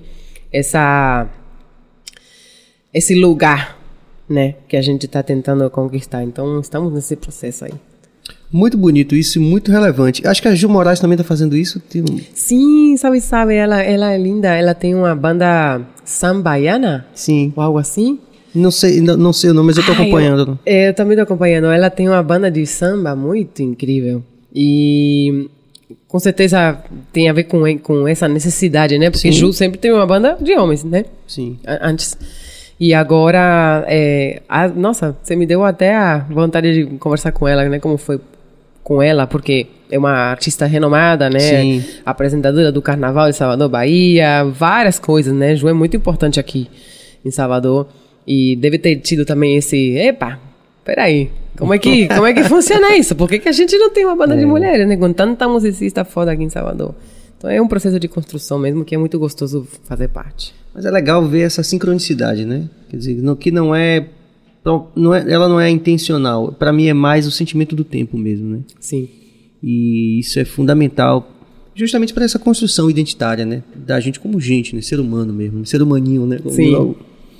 Speaker 2: esse lugar, né, que a gente está tentando conquistar. Então, estamos nesse processo aí.
Speaker 1: Muito bonito isso e muito relevante. Acho que a Gil Moraes também está fazendo isso.
Speaker 2: Sim, sabe, ela é linda. Ela tem uma banda sambaiana?
Speaker 1: Sim.
Speaker 2: Ou algo assim?
Speaker 1: Não sei o nome, mas eu estou acompanhando.
Speaker 2: Eu também estou acompanhando. Ela tem uma banda de samba muito incrível. E com certeza tem a ver com essa necessidade, né? Porque Ju sempre teve uma banda de homens, né?
Speaker 1: Sim.
Speaker 2: Antes. E agora, nossa, você me deu até a vontade de conversar com ela, né? Como foi com ela, porque é uma artista renomada, né?
Speaker 1: Sim.
Speaker 2: Apresentadora do Carnaval de Salvador, Bahia, várias coisas, né? Ju é muito importante aqui em Salvador. E deve ter tido também peraí, como é que funciona isso? Por que a gente não tem uma banda de mulheres, né? Com tanta musicista foda aqui em Salvador. Então é um processo de construção mesmo que é muito gostoso fazer parte.
Speaker 1: Mas é legal ver essa sincronicidade, né? Quer dizer, que ela não é intencional. Para mim é mais o sentimento do tempo mesmo, né?
Speaker 2: Sim.
Speaker 1: E isso é fundamental justamente para essa construção identitária, né? Da gente como gente, né? Ser humano mesmo, ser humaninho, né?
Speaker 2: Sim.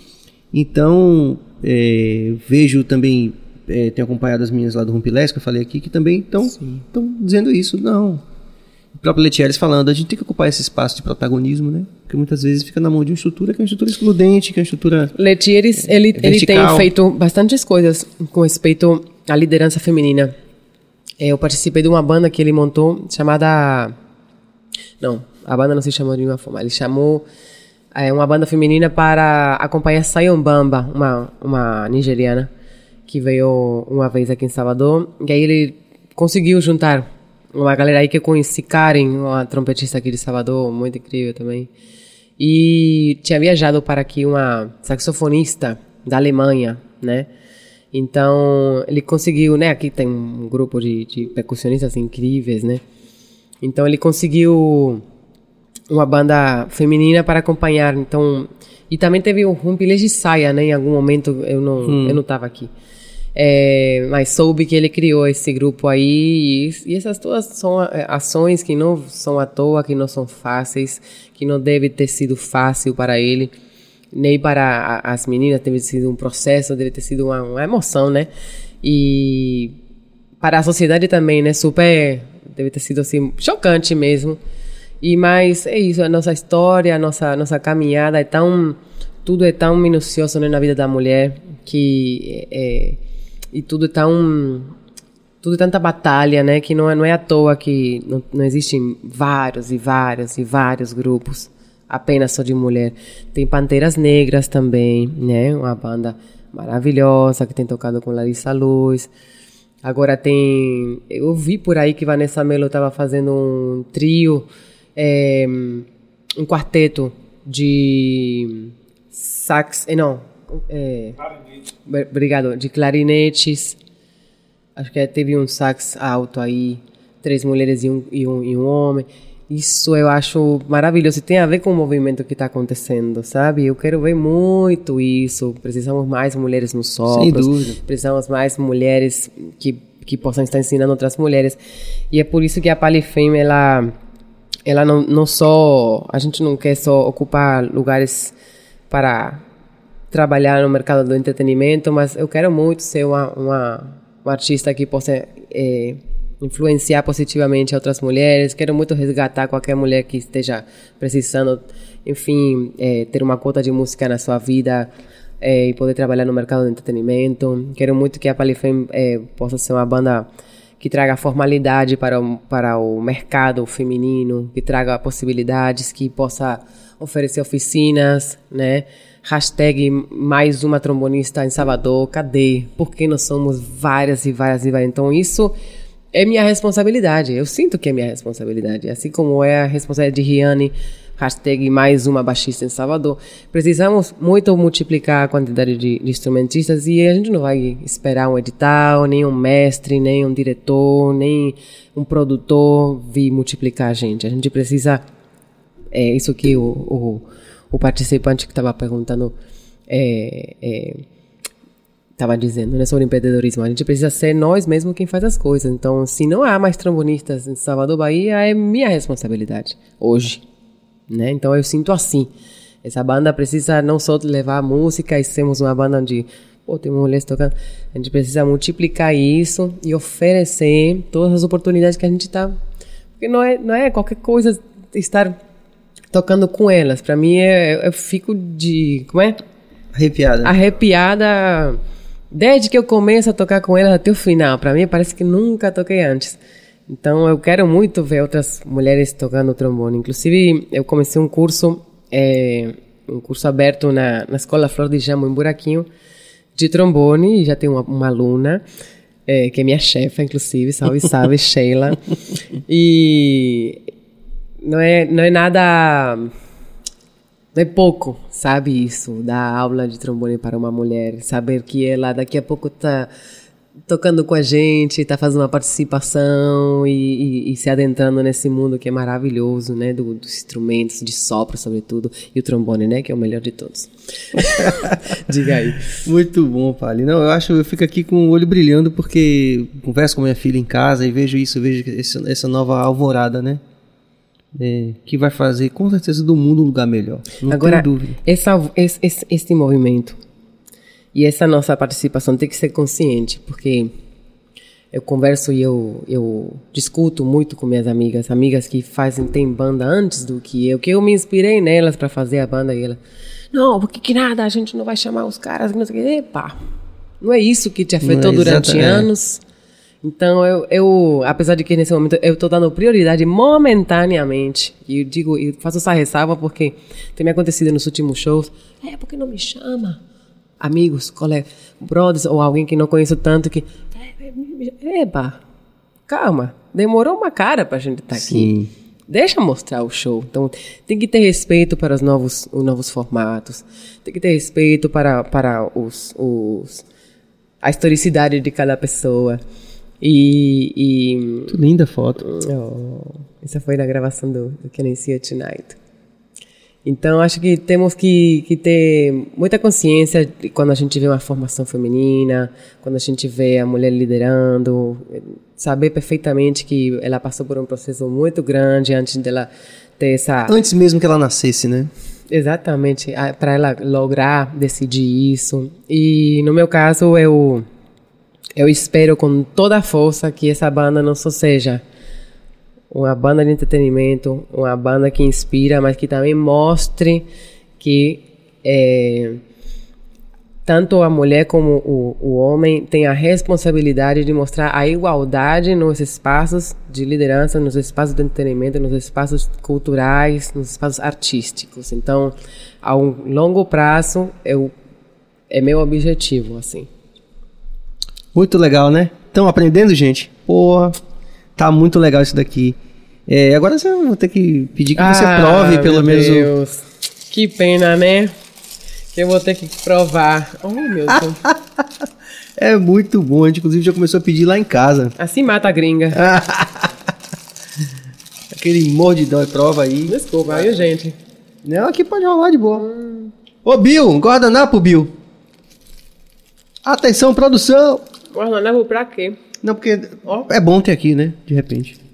Speaker 1: Então, vejo também, tenho acompanhado as meninas lá do Rumpilés, que eu falei aqui, que também estão dizendo isso. Não. O próprio Letieres falando, a gente tem que ocupar esse espaço de protagonismo, né? Porque muitas vezes fica na mão de uma estrutura que é uma estrutura excludente, que é uma estrutura
Speaker 2: Letieres, ele tem feito bastantes coisas com respeito à liderança feminina. Eu participei de uma banda que ele montou, chamada... Não, a banda não se chamou de nenhuma forma. Ele chamou uma banda feminina para acompanhar Sion Bamba, uma nigeriana, que veio uma vez aqui em Salvador. E aí ele conseguiu juntar uma galera aí que eu conheci, Karen, uma trompetista aqui de Salvador, muito incrível também. E tinha viajado para aqui uma saxofonista da Alemanha, né? Então, ele conseguiu, né? Aqui tem um grupo de percussionistas incríveis, né? Então, ele conseguiu uma banda feminina para acompanhar. Então, e também teve o Rumpilés de Saia, né? Em algum momento eu não estava aqui. Mas soube que ele criou esse grupo aí e essas todas são ações que não são à toa, que não são fáceis, que não deve ter sido fácil para ele, nem para as meninas, deve ter sido um processo, deve ter sido uma emoção, né? E para a sociedade também, né? Deve ter sido assim, chocante mesmo. Mas é isso, a nossa história, a nossa caminhada tudo é tão minucioso, né, na vida da mulher, que e tudo é tanta batalha, né, que não é à toa que não existem vários e vários e vários grupos apenas só de mulher. Tem Panteras Negras também, né, uma banda maravilhosa que tem tocado com Larissa Luz. Agora eu vi por aí que Vanessa Mello estava fazendo um trio, um quarteto de sax, obrigado, de clarinetes. Acho que teve um sax alto aí, 3 mulheres e um homem. Isso eu acho maravilhoso e tem a ver com o movimento que está acontecendo, sabe? Eu quero ver muito isso. Precisamos mais mulheres nos sopros. Sem dúvida. Precisamos mais mulheres que possam estar ensinando outras mulheres. E é por isso que a Palifem, ela não só... A gente não quer só ocupar lugares para trabalhar no mercado do entretenimento, mas eu quero muito ser uma artista que possa influenciar positivamente outras mulheres. Quero muito resgatar qualquer mulher que esteja precisando, enfim, ter uma cota de música na sua vida e poder trabalhar no mercado do entretenimento. Quero muito que a Palifem possa ser uma banda que traga formalidade para o mercado feminino, que traga possibilidades, que possa oferecer oficinas, né? Hashtag mais uma trombonista em Salvador, cadê? Porque nós somos várias e várias e várias. Então isso é minha responsabilidade, eu sinto que é minha responsabilidade, assim como é a responsabilidade de Riane, hashtag mais uma baixista em Salvador. Precisamos muito multiplicar a quantidade de instrumentistas e a gente não vai esperar um edital, nem um mestre, nem um diretor, nem um produtor vir multiplicar a gente. A gente precisa, isso que o participante que estava perguntando estava dizendo, né, sobre empreendedorismo. A gente precisa ser nós mesmos quem faz as coisas. Então, se não há mais trombonistas em Salvador, Bahia, é minha responsabilidade hoje. Né? Então eu sinto assim, essa banda precisa não só levar a música e sermos uma banda onde tem mulheres tocando, a gente precisa multiplicar isso e oferecer todas as oportunidades que a gente está, porque não é qualquer coisa estar tocando com elas. Para mim eu fico arrepiada desde que eu começo a tocar com elas até o final. Para mim parece que nunca toquei antes. Então, eu quero muito ver outras mulheres tocando trombone. Inclusive, eu comecei um curso aberto na Escola Flor de Jambo, em Buraquinho, de trombone. E já tenho uma aluna, que é minha chefa, inclusive, salve, Sheila. E não é nada... Não é pouco, sabe isso, dar aula de trombone para uma mulher. Saber que ela daqui a pouco está tocando com a gente, está fazendo uma participação e se adentrando nesse mundo que é maravilhoso, né, dos instrumentos de sopro, sobretudo, e o trombone, né, que é o melhor de todos. Diga aí.
Speaker 1: Muito bom, Pali. Não, eu fico aqui com o olho brilhando porque converso com minha filha em casa e vejo essa nova alvorada, né, que vai fazer com certeza do mundo um lugar melhor. Não
Speaker 2: Agora,
Speaker 1: tenho dúvida.
Speaker 2: Esse movimento e essa nossa participação tem que ser consciente, porque eu converso e eu discuto muito com minhas amigas que têm banda antes do que eu me inspirei nelas para fazer a banda, e ela, não, porque que nada, a gente não vai chamar os caras, não sei o que. Epa, não é isso que te afetou durante anos. Então, eu, apesar de que nesse momento eu estou dando prioridade momentaneamente, e eu faço essa ressalva porque tem me acontecido nos últimos shows, porque não me chama? Amigos, colegas, brothers, ou alguém que não conheço tanto, que... calma, demorou uma cara pra gente estar aqui. Deixa mostrar o show. Então, tem que ter respeito para os novos formatos, tem que ter respeito para a historicidade de cada pessoa.
Speaker 1: Muito linda a foto.
Speaker 2: Essa foi na gravação do Can I See You Tonight. Então, acho que temos que ter muita consciência quando a gente vê uma formação feminina, quando a gente vê a mulher liderando, saber perfeitamente que ela passou por um processo muito grande antes dela ter essa...
Speaker 1: Antes mesmo que ela nascesse, né?
Speaker 2: Exatamente, para ela lograr decidir isso. E, no meu caso, eu espero com toda a força que essa banda não só seja uma banda de entretenimento, uma banda que inspira, mas que também mostre que tanto a mulher como o homem têm a responsabilidade de mostrar a igualdade nos espaços de liderança, nos espaços de entretenimento, nos espaços culturais, nos espaços artísticos. Então, a um longo prazo, é meu objetivo, assim.
Speaker 1: Muito legal, né? Estão aprendendo, gente? Porra, tá muito legal isso daqui. Agora eu vou ter que pedir que você prove pelo menos.
Speaker 2: Meu Deus, que pena, né? Que eu vou ter que provar. Oh, meu Deus.
Speaker 1: É muito bom. A gente, inclusive, já começou a pedir lá em casa.
Speaker 2: Assim mata a gringa.
Speaker 1: Aquele mordidão e prova aí.
Speaker 2: Desculpa, aí, gente.
Speaker 1: Não, aqui pode rolar de boa. Ô, Bill, guardanapo, Bill. Atenção, produção.
Speaker 2: Guardanapo pra quê?
Speaker 1: Não, porque é bom ter aqui, né? De repente.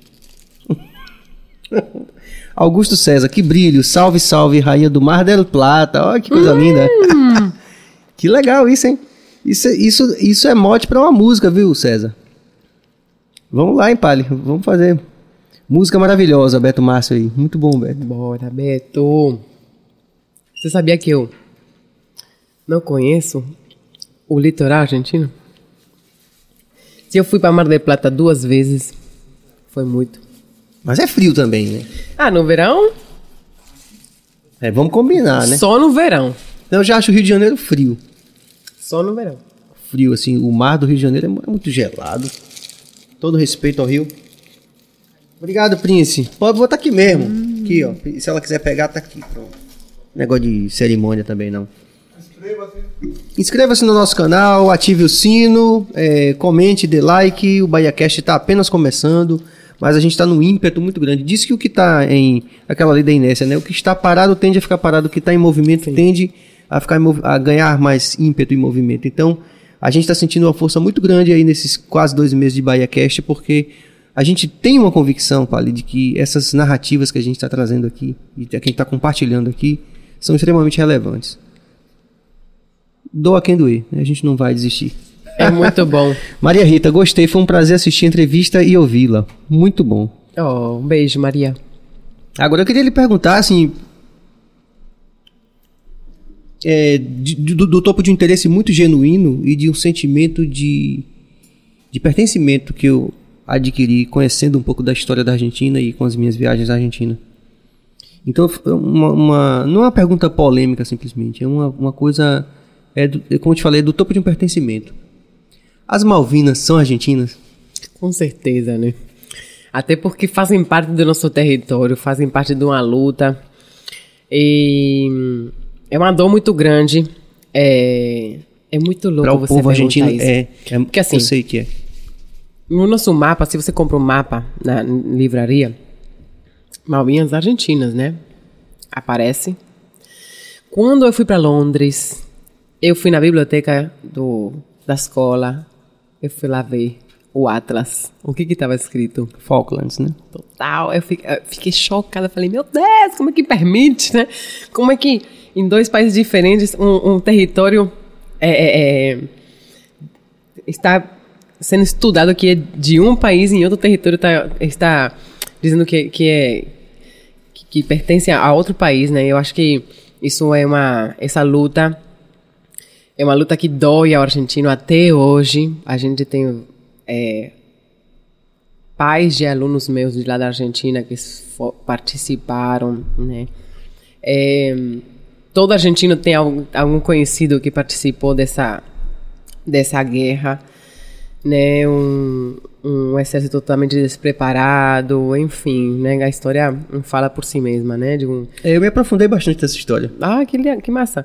Speaker 1: Augusto César, que brilho. Salve, salve, rainha do Mar del Plata. Olha que coisa linda. Que legal isso, hein? Isso é mote pra uma música, viu, César? Vamos lá, hein, Pali? Vamos fazer. Música maravilhosa, Beto Márcio aí. Muito bom, Beto.
Speaker 2: Bora, Beto. Você sabia que eu não conheço o litoral argentino? Se eu fui para Mar del Plata 2 vezes, foi muito.
Speaker 1: Mas é frio também, né?
Speaker 2: Ah, no verão?
Speaker 1: Vamos combinar, né?
Speaker 2: Só no verão.
Speaker 1: Eu já acho o Rio de Janeiro frio.
Speaker 2: Só no verão.
Speaker 1: Frio, assim, o mar do Rio de Janeiro é muito gelado. Todo respeito ao Rio. Obrigado, Prince. Pode botar aqui mesmo. Aqui, ó. Se ela quiser pegar, tá aqui. Pronto. Negócio de cerimônia também, não. Inscreva-se no nosso canal, ative o sino, comente, dê like. O BahiaCast está apenas começando, mas a gente está num ímpeto muito grande. Diz que o que está em... Aquela lei da inércia, né? O que está parado tende a ficar parado. O que está em movimento tende a ganhar mais ímpeto e movimento. Então, a gente está sentindo uma força muito grande aí nesses quase 2 meses de BahiaCast, porque a gente tem uma convicção, Pali, de que essas narrativas que a gente está trazendo aqui, e que a gente está compartilhando aqui, são extremamente relevantes. Doa quem doer, né? A gente não vai desistir.
Speaker 2: É muito bom.
Speaker 1: Maria Rita, gostei, foi um prazer assistir a entrevista e ouvi-la. Muito bom.
Speaker 2: Oh, um beijo, Maria.
Speaker 1: Agora eu queria lhe perguntar, assim, do topo de um interesse muito genuíno e de um sentimento de pertencimento que eu adquiri conhecendo um pouco da história da Argentina e com as minhas viagens à Argentina. Então, não é uma pergunta polêmica simplesmente, é uma coisa, como eu te falei, do topo de um pertencimento. As Malvinas são argentinas?
Speaker 2: Com certeza, né? Até porque fazem parte do nosso território, fazem parte de uma luta. E é uma dor muito grande. É muito louco
Speaker 1: Para o
Speaker 2: você
Speaker 1: povo
Speaker 2: perguntar
Speaker 1: argentino,
Speaker 2: isso. Porque assim,
Speaker 1: eu sei que é.
Speaker 2: no nosso mapa, se você compra um mapa na livraria, Malvinas Argentinas, né? Aparece. Quando eu fui para Londres, eu fui na biblioteca da escola, eu fui lá ver o Atlas. O que estava escrito?
Speaker 1: Falklands, né?
Speaker 2: Total. Eu fiquei chocada. Falei, meu Deus, como é que permite, né? Como é que em 2 países diferentes um território está sendo estudado que é de um país e em outro território está dizendo que pertence a outro país, né? Eu acho que isso essa luta é uma luta que dói ao argentino até hoje. A gente tem pais de alunos meus de lá da Argentina que participaram, né? Todo argentino tem algum conhecido que participou dessa guerra, né? Um exército totalmente despreparado, enfim, né? A história fala por si mesma, né?
Speaker 1: Eu me aprofundei bastante nessa história.
Speaker 2: Ah, que massa.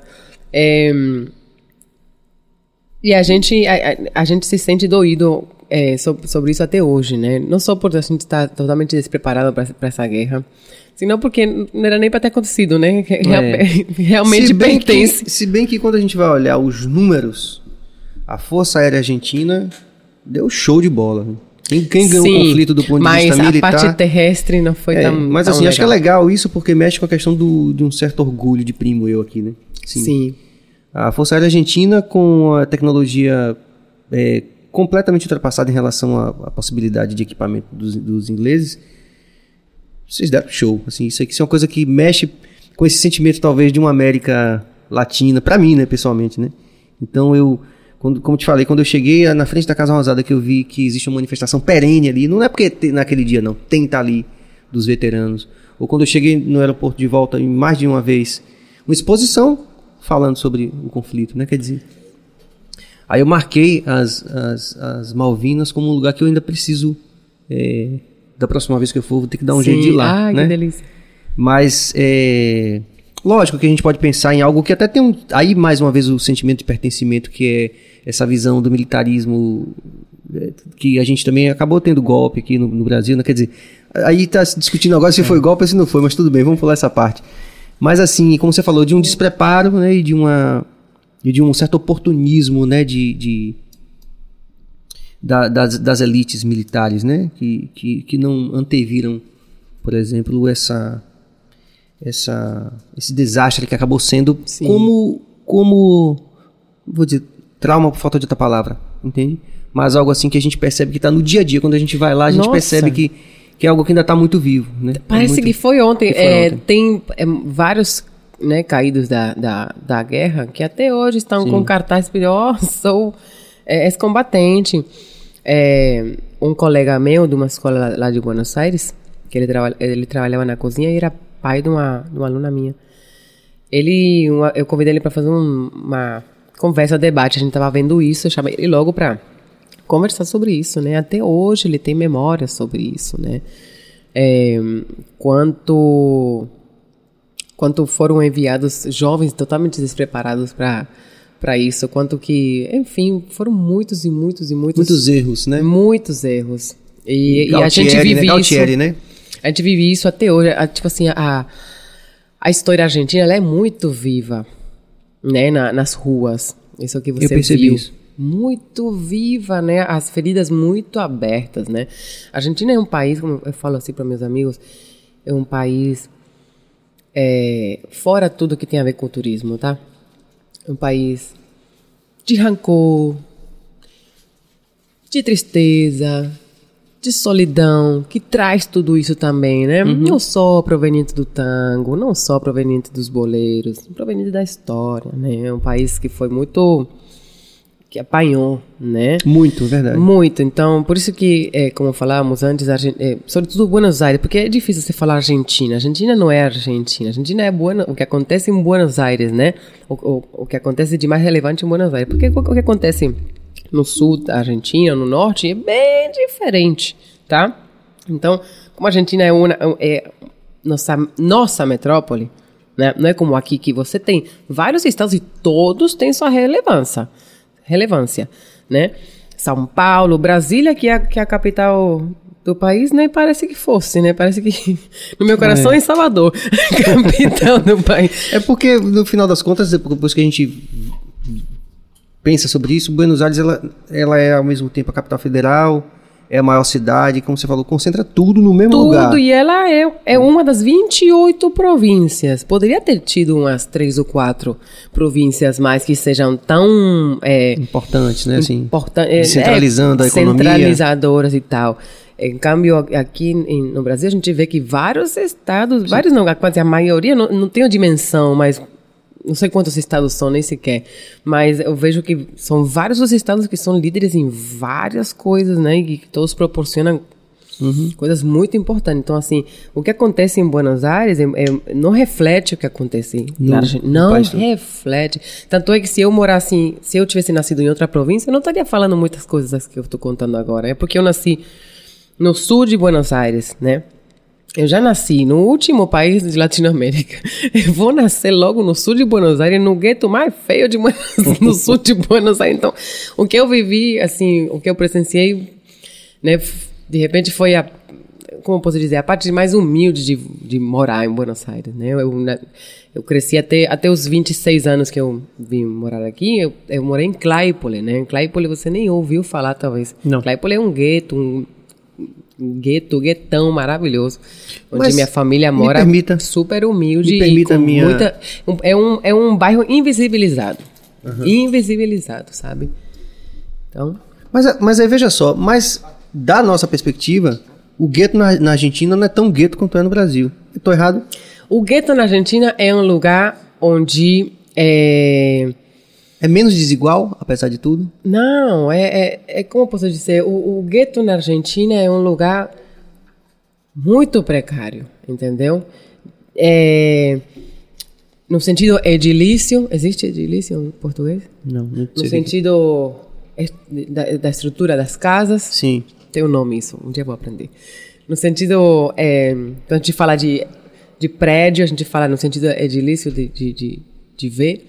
Speaker 2: E a gente se sente doído sobre isso até hoje, né? Não só por a gente estar totalmente despreparado para essa guerra, senão porque não era nem para ter acontecido, né? Realmente pertence.
Speaker 1: Se bem que quando a gente vai olhar os números, a Força Aérea Argentina deu show de bola. Né? Quem ganhou o conflito do ponto de vista militar...
Speaker 2: Mas a parte terrestre não foi tão
Speaker 1: Mas assim, acho que é legal isso porque mexe com a questão de um certo orgulho de primo eu aqui, né?
Speaker 2: Sim.
Speaker 1: A Força Aérea Argentina, com a tecnologia completamente ultrapassada em relação à possibilidade de equipamento dos ingleses, vocês deram show. Assim, isso aqui é uma coisa que mexe com esse sentimento, talvez, de uma América Latina, pra mim, né, pessoalmente, né? Então, como te falei, quando eu cheguei na frente da Casa Rosada, que eu vi que existe uma manifestação perene ali, não é porque naquele dia, não, tem que estar ali, dos veteranos. Ou quando eu cheguei no aeroporto de volta, mais de uma vez, uma exposição falando sobre o conflito, né? Quer dizer, aí eu marquei as Malvinas como um lugar que eu ainda preciso, da próxima vez que eu for, vou ter que dar um jeito de ir lá, né?
Speaker 2: Que delícia.
Speaker 1: Mas, lógico que a gente pode pensar em algo que até tem aí mais uma vez o sentimento de pertencimento, que é essa visão do militarismo, que a gente também acabou tendo golpe aqui no Brasil, né? Quer dizer, aí está se discutindo agora se foi golpe ou se não foi, mas tudo bem, vamos pular essa parte. Mas assim, como você falou, de um despreparo, né, e de um certo oportunismo, né, das elites militares, né, que não anteviram, por exemplo, esse desastre que acabou sendo como vou dizer, trauma por falta de outra palavra, entende? Mas algo assim que a gente percebe que está no dia a dia, quando a gente vai lá, a gente percebe que é algo que ainda está muito vivo, né?
Speaker 2: Parece que foi ontem. Tem vários, né, caídos da guerra que até hoje estão com cartazes, sou ex-combatente. Um colega meu de uma escola lá de Buenos Aires, que ele trabalhava na cozinha e era pai de uma aluna minha. Eu convidei ele para fazer uma conversa, debate. A gente estava vendo isso, eu chamei ele logo para conversar sobre isso, né? Até hoje ele tem memória sobre isso, né? Quanto foram enviados jovens totalmente despreparados para isso, quanto que, enfim, foram muitos
Speaker 1: erros, né?
Speaker 2: Muitos erros. E a gente
Speaker 1: Galtieri,
Speaker 2: vive
Speaker 1: né? Galtieri, né?
Speaker 2: A gente vive isso até hoje. Tipo assim, a história argentina, ela é muito viva, né? Nas ruas. Isso que você
Speaker 1: Eu percebi
Speaker 2: viu.
Speaker 1: isso.
Speaker 2: Muito viva, né? As feridas muito abertas, né? A Argentina é um país, como eu falo assim para meus amigos, é um país fora tudo que tem a ver com o turismo, tá? É um país de rancor, de tristeza, de solidão, que traz tudo isso também, né? Não só proveniente do tango, não só proveniente dos boleros, proveniente da história, né? É um país que foi muito... que apanhou, né?
Speaker 1: Muito, verdade.
Speaker 2: Muito. Então, por isso que, como falávamos antes, sobretudo Buenos Aires, porque é difícil você falar Argentina. Argentina não é Argentina. Argentina é o que acontece em Buenos Aires, né? O que acontece de mais relevante em Buenos Aires. Porque o que acontece no sul da Argentina, no norte, é bem diferente, tá? Então, como a Argentina é nossa metrópole, né? Não é como aqui que você tem vários estados e todos têm sua relevância, né? São Paulo, Brasília, que é a capital do país, nem parece que fosse, né? Parece que no meu coração é Salvador, capital do país.
Speaker 1: É porque, no final das contas, depois que a gente pensa sobre isso, Buenos Aires, ela é ao mesmo tempo a capital federal, é a maior cidade, como você falou, concentra tudo no mesmo lugar.
Speaker 2: Tudo, e ela é uma das 28 províncias. Poderia ter tido umas 3 ou 4 províncias mais que sejam tão...
Speaker 1: importantes, né? Assim, centralizando a economia.
Speaker 2: Centralizadoras e tal. Em câmbio, aqui no Brasil, a gente vê que vários estados, sim, vários não, quase a maioria, não tem a dimensão, mas... Não sei quantos estados são, nem sequer. Mas eu vejo que são vários os estados que são líderes em várias coisas, né? E que todos proporcionam coisas muito importantes. Então, assim, o que acontece em Buenos Aires não reflete o que acontece na Argentina. Não reflete. Tanto é que se eu tivesse nascido em outra província, eu não estaria falando muitas coisas que eu estou contando agora. É porque eu nasci no sul de Buenos Aires, né? Eu já nasci no último país de Latinoamérica. Eu vou nascer logo no sul de Buenos Aires, no gueto mais feio no sul de Buenos Aires. Então, o que eu vivi, assim, o que eu presenciei, né, de repente foi como eu posso dizer, a parte mais humilde de morar em Buenos Aires, né? Eu cresci até os 26 anos que eu vim morar aqui, eu morei em Claypole, né? Em Claypole você nem ouviu falar, talvez. Não. Claypole é um gueto, guetão maravilhoso, onde
Speaker 1: Mas
Speaker 2: minha família mora, super humilde.
Speaker 1: Me permita
Speaker 2: e com é um bairro invisibilizado. Invisibilizado, sabe? Então...
Speaker 1: Mas aí, veja só, da nossa perspectiva, o gueto na Argentina não é tão gueto quanto é no Brasil. Eu tô errado?
Speaker 2: O gueto na Argentina é um lugar onde...
Speaker 1: É menos desigual, apesar de tudo?
Speaker 2: Não, como eu posso dizer, o gueto na Argentina é um lugar muito precário, entendeu? No sentido edilício, existe edilício em português?
Speaker 1: Não sei.
Speaker 2: No sentido da estrutura das casas?
Speaker 1: Sim.
Speaker 2: Tem um nome isso, um dia eu vou aprender. No sentido, quando a gente fala de prédio, a gente fala no sentido edilício de ver.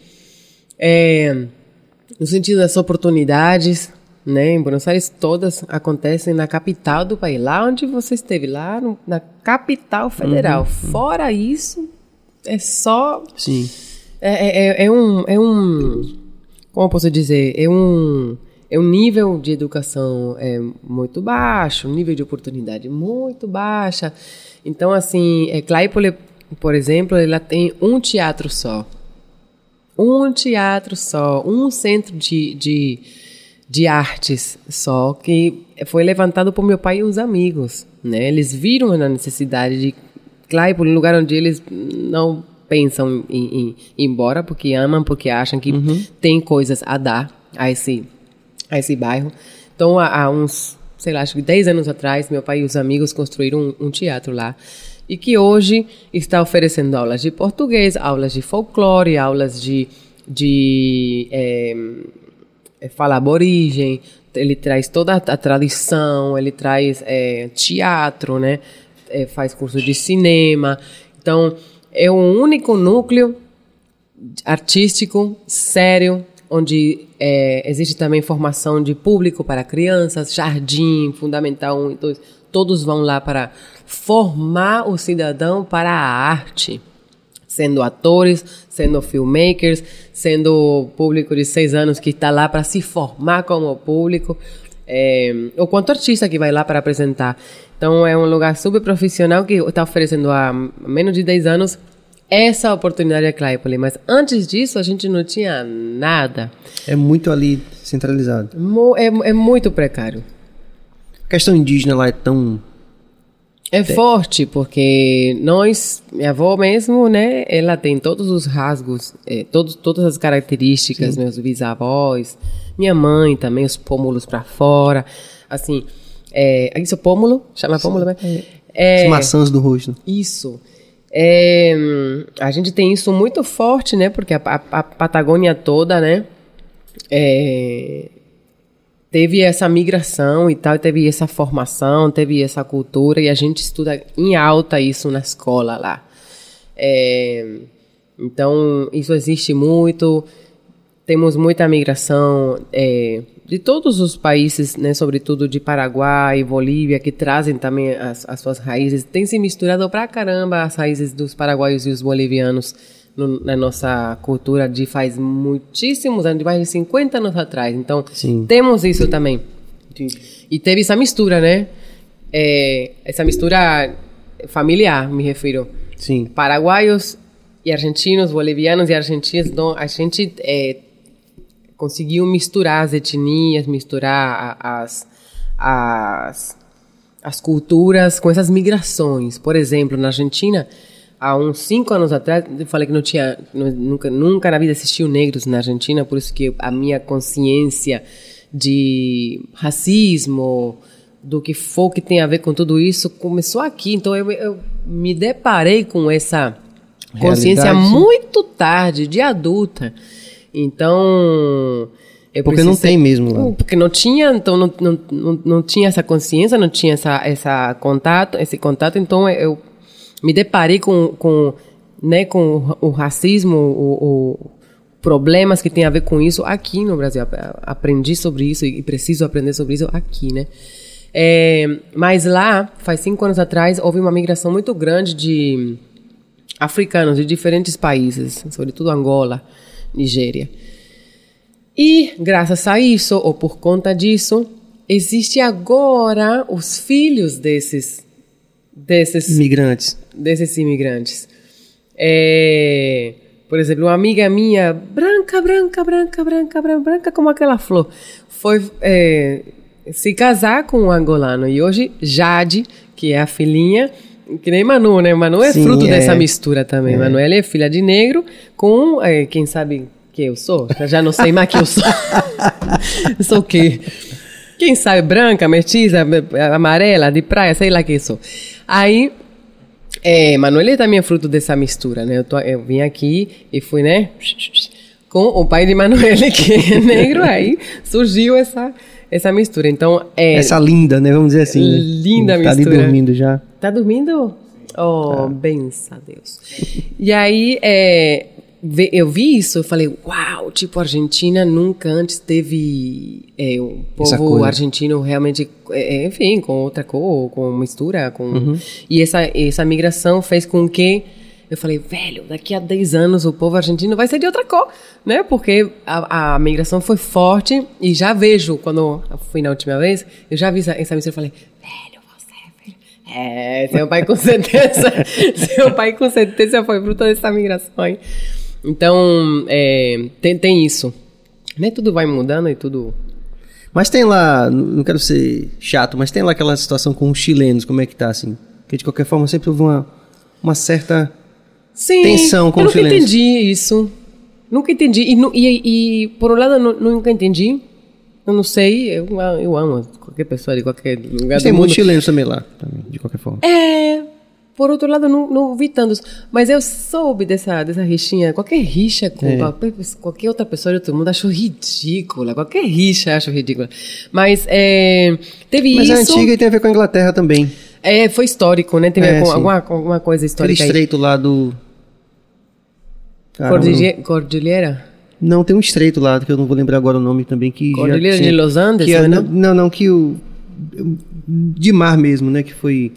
Speaker 2: No sentido das oportunidades, né? Em Buenos Aires todas acontecem na capital do país, lá onde você esteve, lá na capital federal. Fora isso, é só...
Speaker 1: Sim.
Speaker 2: Como eu posso dizer? É um nível de educação muito baixo, um nível de oportunidade muito baixa. Então, assim, Claypole, por exemplo, ela tem um teatro só. Um centro de artes só, que foi levantado por meu pai e uns amigos, né? Eles viram a necessidade de Claypole, um lugar onde eles não pensam em ir embora, porque amam, porque acham que tem coisas a dar a esse bairro. Então, há uns, sei lá, acho que 10 anos atrás, meu pai e os amigos construíram um teatro lá. E que hoje está oferecendo aulas de português, aulas de folclore, aulas de fala aborígene. Ele traz toda a tradição, ele traz teatro, né? Faz curso de cinema. Então, é um único núcleo artístico, sério, onde existe também formação de público para crianças, jardim, fundamental 1 e 2. Todos vão lá para formar o cidadão para a arte, sendo atores, sendo filmmakers, sendo público de 6 anos que está lá para se formar como público, ou quanto artista que vai lá para apresentar. Então, é um lugar super profissional que está oferecendo há menos de 10 anos essa oportunidade a Claypole. Mas antes disso, a gente não tinha nada.
Speaker 1: É muito ali centralizado.
Speaker 2: É muito precário.
Speaker 1: A questão indígena lá é tão...
Speaker 2: É forte, porque minha avó mesmo, né, ela tem todos os rasgos, todas as características,
Speaker 1: Sim.
Speaker 2: meus bisavós, minha mãe também, os pômulos para fora, assim, isso é pômulo? Chama pômulo, né?
Speaker 1: As maçãs do rosto.
Speaker 2: Isso. A gente tem isso muito forte, né, porque a Patagônia toda, né, teve essa migração e tal, teve essa formação, teve essa cultura, e a gente estuda em alta isso na escola lá. Então, isso existe muito. Temos muita migração de todos os países, né, sobretudo de Paraguai e Bolívia, que trazem também as suas raízes. Tem se misturado pra caramba as raízes dos paraguaios e os bolivianos na nossa cultura de faz muitíssimos anos, de mais de 50 anos atrás. Então,
Speaker 1: Sim.
Speaker 2: temos isso também. E teve essa mistura, né? Essa mistura familiar, me refiro.
Speaker 1: Sim.
Speaker 2: Paraguaios e argentinos, bolivianos e argentinos. Então, a gente conseguiu misturar as etnias, misturar as culturas com essas migrações. Por exemplo, na Argentina, há uns 5 anos atrás, eu falei que nunca na vida existiu negros na Argentina, por isso que a minha consciência de racismo, do que for que tem a ver com tudo isso, começou aqui. Então eu me deparei com essa consciência
Speaker 1: Realidade.
Speaker 2: muito tarde, de adulta. Então...
Speaker 1: Porque não tem mesmo lá.
Speaker 2: Porque não tinha, então não tinha essa consciência, não tinha esse contato, então eu me deparei com o racismo, problemas que tem a ver com isso aqui no Brasil. Aprendi sobre isso e preciso aprender sobre isso aqui, né? Mas lá, faz 5 anos atrás, houve uma migração muito grande de africanos de diferentes países, sobretudo Angola, Nigéria. E, graças a isso, ou por conta disso, existe agora os filhos desses
Speaker 1: Imigrantes.
Speaker 2: Por exemplo, uma amiga minha, branca como aquela flor, foi se casar com um angolano. E hoje, Jade, que é a filhinha, que nem Manu, né? Manu é fruto dessa mistura também. Manuela é filha de negro com, quem sabe que eu sou? Eu já não sei mais que eu sou. Eu sou o quê? Quem sabe, branca, mestiça, amarela, de praia, sei lá quem sou. Aí, Manuela também é fruto dessa mistura, né? Eu vim aqui e fui, né? Com o pai de Manuela, que é negro, aí surgiu essa mistura. Então,
Speaker 1: essa linda, né? Vamos dizer assim.
Speaker 2: Linda
Speaker 1: mistura. Tá ali dormindo já.
Speaker 2: Tá dormindo? Oh, benção a Deus. E aí, eu vi isso, eu falei, uau, tipo, a Argentina nunca antes teve o povo argentino realmente, enfim, com outra cor, com mistura, e essa migração fez com que eu falei, velho, daqui a 10 anos o povo argentino vai ser de outra cor, né? Porque a migração foi forte e já vejo, quando eu fui na última vez, eu já vi essa mistura e falei, velho, seu pai com certeza foi fruto dessa migração aí. Então, tem isso. Nem tudo vai mudando e tudo...
Speaker 1: Mas tem lá, não quero ser chato, mas tem lá aquela situação com os chilenos, como é que tá, assim? Porque de qualquer forma sempre houve uma certa tensão com os chilenos.
Speaker 2: Eu nunca entendi isso. Nunca entendi. E por um lado, nunca entendi Eu não sei, eu amo qualquer pessoa de qualquer lugar
Speaker 1: Mas
Speaker 2: do
Speaker 1: tem
Speaker 2: mundo.
Speaker 1: muitos chilenos também lá, também, de qualquer forma.
Speaker 2: Por outro lado, não vi tantos. Mas eu soube dessa rixinha. Qualquer rixa com qualquer outra pessoa de outro mundo, acho ridícula. Qualquer rixa acho ridícula. Mas teve
Speaker 1: Mas
Speaker 2: isso.
Speaker 1: é antiga e tem a ver com a Inglaterra também.
Speaker 2: Foi histórico, né? Teve
Speaker 1: Sim.
Speaker 2: alguma coisa
Speaker 1: Aquele
Speaker 2: histórica aí.
Speaker 1: estreito lá do... Caramba,
Speaker 2: Cordilheira?
Speaker 1: não, tem um estreito lá, que eu não vou lembrar agora o nome também, que
Speaker 2: Cordilheira
Speaker 1: já tinha...
Speaker 2: de Los Andes,
Speaker 1: que
Speaker 2: não?
Speaker 1: Não, que o... De mar mesmo, né? Que foi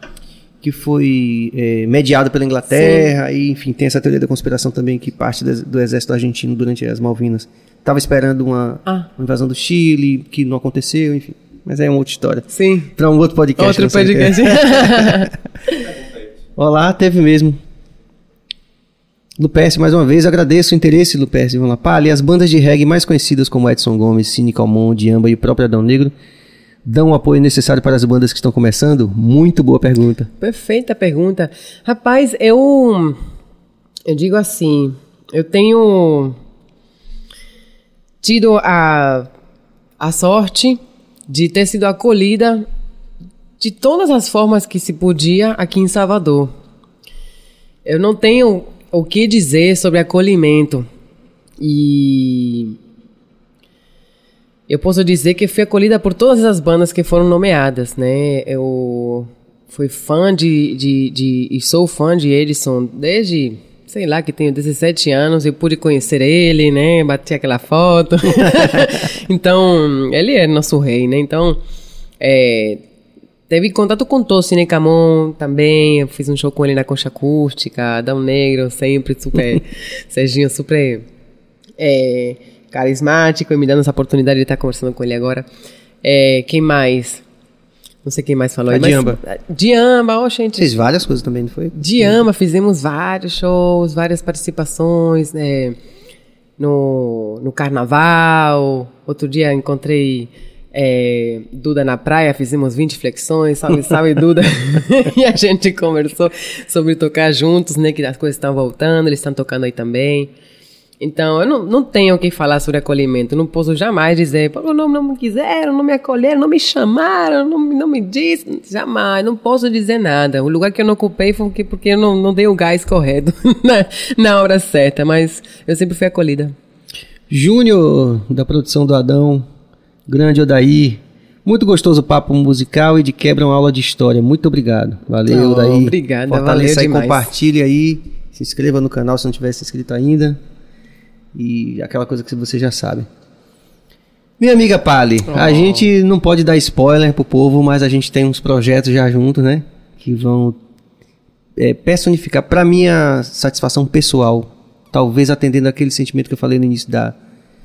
Speaker 1: mediado pela Inglaterra. E, enfim, tem essa teoria da conspiração também, que parte do exército argentino durante as Malvinas estava esperando uma invasão do Chile, que não aconteceu, enfim. Mas é uma outra história.
Speaker 2: Sim.
Speaker 1: Para um outro podcast.
Speaker 2: Outro
Speaker 1: não sei o que é.
Speaker 2: podcast.
Speaker 1: Olá, teve mesmo. Luperce, mais uma vez, agradeço o interesse, Luperce. Vamos lá. Pali, as bandas de reggae mais conhecidas como Edson Gomes, Cine Calmon, Diamba e o próprio Adão Negro dão o apoio necessário para as bandas que estão começando? Muito boa pergunta.
Speaker 2: Perfeita pergunta. Rapaz, eu digo assim, eu tenho tido a sorte de ter sido acolhida de todas as formas que se podia aqui em Salvador. Eu não tenho o que dizer sobre acolhimento. E eu posso dizer que fui acolhida por todas as bandas que foram nomeadas, né? Eu fui fã e sou fã de Edson desde, sei lá, que tenho 17 anos. Eu pude conhecer ele, né? Bati aquela foto. Então, ele é nosso rei, né? Então, teve contato com todo o Cine Camon também. Eu fiz um show com ele na Concha Acústica, Adão Negro, sempre super... Serginho super carismático, e me dando essa oportunidade de estar conversando com ele agora. Quem mais? Não sei quem mais falou aí.
Speaker 1: Diamba.
Speaker 2: Diamba, gente.
Speaker 1: Fez várias coisas também, não foi?
Speaker 2: Diamba, fizemos vários shows, várias participações, no carnaval. Outro dia encontrei Duda na praia, fizemos 20 flexões, salve Duda. E a gente conversou sobre tocar juntos, né? Que as coisas estão voltando, eles estão tocando aí também. Então, eu não tenho o que falar sobre acolhimento. Não posso jamais dizer, não me quiseram, não me acolheram, não me chamaram, não me disse. Jamais, não posso dizer nada. O lugar que eu não ocupei foi porque eu não dei o gás correto na hora certa, mas eu sempre fui acolhida.
Speaker 1: Júnior, da produção do Adão, grande Odaí. Muito gostoso o papo musical e de quebra uma aula de história. Muito obrigado. Valeu, Odaí.
Speaker 2: Obrigada,
Speaker 1: Fortaleça
Speaker 2: valeu
Speaker 1: aí,
Speaker 2: demais.
Speaker 1: compartilhe aí, se inscreva no canal se não tiver se inscrito ainda. E aquela coisa que você já sabe. Minha amiga Pali, a gente não pode dar spoiler pro povo, mas a gente tem uns projetos já juntos, né? Que vão personificar, pra minha satisfação pessoal, talvez atendendo aquele sentimento que eu falei no início da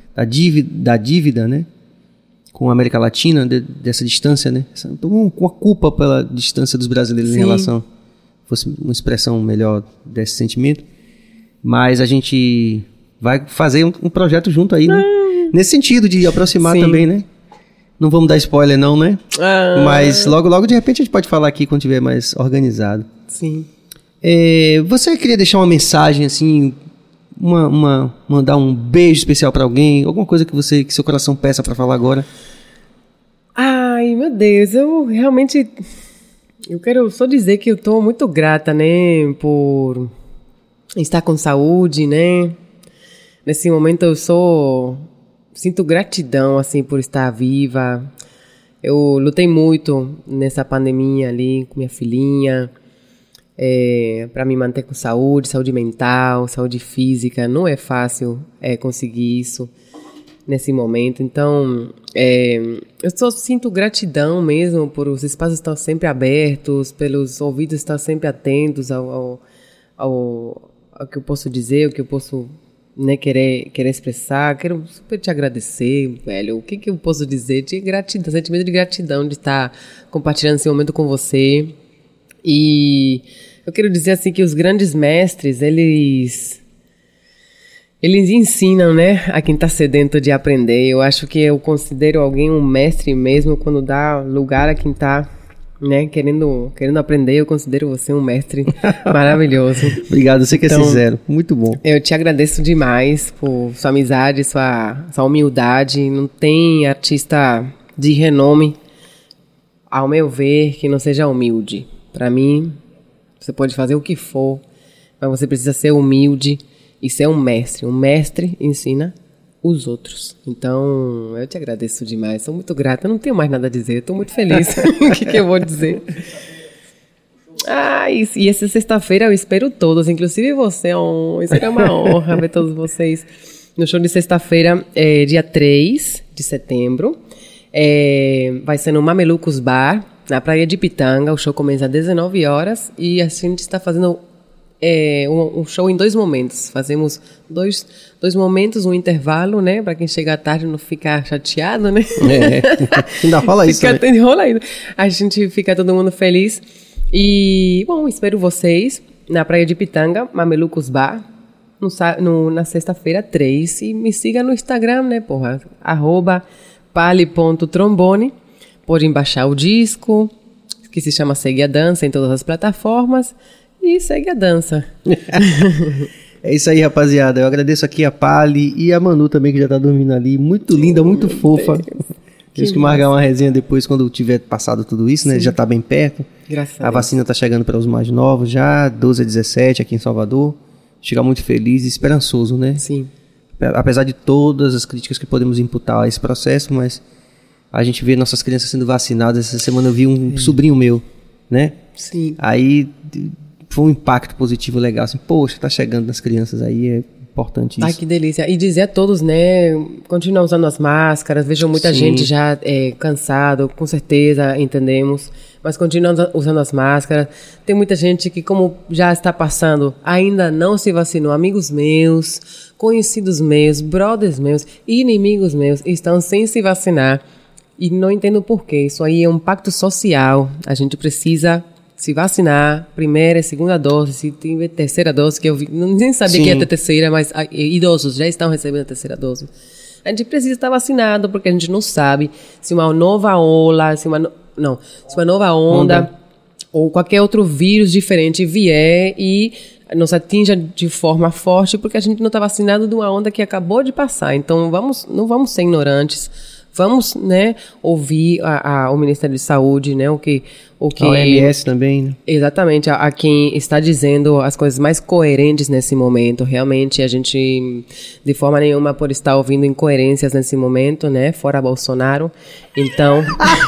Speaker 1: dívida, né? Com a América Latina, dessa distância, né? Tô com a culpa pela distância dos brasileiros em relação, fosse uma expressão melhor desse sentimento. Mas a gente vai fazer um projeto junto aí, né? Nesse sentido de aproximar também, né? Não vamos dar spoiler não, né? Mas logo de repente a gente pode falar aqui quando tiver mais organizado.
Speaker 2: Sim.
Speaker 1: Você queria deixar uma mensagem assim, mandar um beijo especial pra alguém, alguma coisa que seu coração peça pra falar agora?
Speaker 2: Ai, meu Deus, eu quero só dizer que eu tô muito grata, né, por estar com saúde, né? Nesse momento eu sinto gratidão, assim, por estar viva. Eu lutei muito nessa pandemia ali com minha filhinha, para me manter com saúde mental, saúde física. Não é fácil conseguir isso nesse momento. Então, eu só sinto gratidão mesmo por os espaços estar sempre abertos, pelos ouvidos estar sempre atentos ao que eu posso dizer, o que eu posso... né, querer expressar. Quero super te agradecer, velho. O que eu posso dizer? De gratidão, sentimento de gratidão de estar compartilhando esse momento com você. E eu quero dizer assim que os grandes mestres, eles ensinam, né, a quem está sedento de aprender. Eu acho que eu considero alguém um mestre mesmo quando dá lugar a quem está né? Querendo aprender, eu considero você um mestre maravilhoso.
Speaker 1: Obrigado, você que é
Speaker 2: Então,
Speaker 1: sincero. Muito bom.
Speaker 2: Eu te agradeço demais por sua amizade, sua humildade. Não tem artista de renome, ao meu ver, que não seja humilde. Para mim, você pode fazer o que for, mas você precisa ser humilde e ser um mestre. Um mestre ensina os outros. Então, eu te agradeço demais. Sou muito grata. Eu não tenho mais nada a dizer. Estou muito feliz. O que eu vou dizer? E essa sexta-feira eu espero todos, inclusive você. Será uma honra ver todos vocês no show de sexta-feira, dia 3 de setembro. Vai ser no Mamelucos Bar, na Praia de Pitanga. O show começa às 19 horas e a gente está fazendo um show em 2 momentos. Fazemos dois momentos, um intervalo, né? Para quem chega à tarde não ficar chateado, né?
Speaker 1: Ainda fala isso, né?
Speaker 2: Enrola aí. A gente fica todo mundo feliz. E, bom, espero vocês na Praia de Pitanga, Mamelucos Bar, na sexta-feira 3. E me siga no Instagram, né, porra? @pali.trombone. Podem baixar o disco, que se chama Segue a Dança, em todas as plataformas. E segue a dança.
Speaker 1: É isso aí, rapaziada. Eu agradeço aqui a Pali e a Manu também, que já tá dormindo ali. Muito linda, muito fofa. Temos que marcar uma resenha depois, quando tiver passado tudo isso, né?
Speaker 2: Sim.
Speaker 1: Já tá bem perto.
Speaker 2: Graças a
Speaker 1: A
Speaker 2: Deus.
Speaker 1: vacina tá chegando para os mais novos já, 12 a 17 aqui em Salvador. Chega muito feliz e esperançoso, né?
Speaker 2: Sim.
Speaker 1: Apesar de todas as críticas que podemos imputar a esse processo, mas a gente vê nossas crianças sendo vacinadas. Essa semana eu vi um sobrinho meu, né?
Speaker 2: Sim.
Speaker 1: Aí foi um impacto positivo legal, assim, poxa, tá chegando nas crianças aí, é importante
Speaker 2: Ai,
Speaker 1: isso.
Speaker 2: que delícia. E dizer a todos, né, continuam usando as máscaras. Vejo muita
Speaker 1: Sim.
Speaker 2: gente já cansado, com certeza, entendemos. Mas continuam usando as máscaras. Tem muita gente que, como já está passando, ainda não se vacinou. Amigos meus, conhecidos meus, brothers meus, inimigos meus, estão sem se vacinar. E não entendo por quê. Isso aí é um pacto social. A gente precisa se vacinar, primeira e segunda dose, se tiver terceira dose, que eu nem sabia
Speaker 1: Sim.
Speaker 2: que ia ter terceira, mas idosos já estão recebendo a terceira dose. A gente precisa estar vacinado, porque a gente não sabe se uma nova ola, se uma nova onda ou qualquer outro vírus diferente vier e nos atinja de forma forte, porque a gente não está vacinado de uma onda que acabou de passar. Então, não vamos ser ignorantes. Vamos, né, ouvir o Ministério de Saúde, né, o que
Speaker 1: A OMS também, né?
Speaker 2: Exatamente, a quem está dizendo as coisas mais coerentes nesse momento. Realmente, a gente, de forma nenhuma, por estar ouvindo incoerências nesse momento, né, fora Bolsonaro. Então,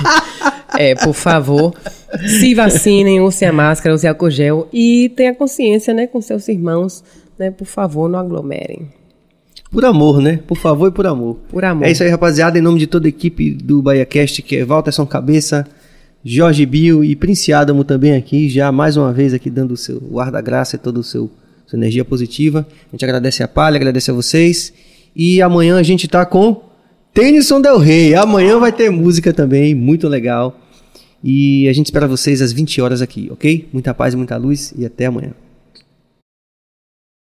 Speaker 2: por favor, se vacinem, use a máscara, use álcool gel e tenha consciência, né, com seus irmãos, né, por favor, não aglomerem.
Speaker 1: Por amor, né? Por favor e por amor.
Speaker 2: Por amor.
Speaker 1: É isso aí, rapaziada. Em nome de toda a equipe do BahiaCast, que é Walterson Cabeça, Jorge Bio e Prince Adamo também aqui, já mais uma vez aqui dando o ar da graça e toda a sua energia positiva. A gente agradece a Palha, agradece a vocês. E amanhã a gente tá com Tennyson Del Rey. Amanhã vai ter música também, muito legal. E a gente espera vocês às 20 horas aqui, ok? Muita paz e muita luz e até amanhã.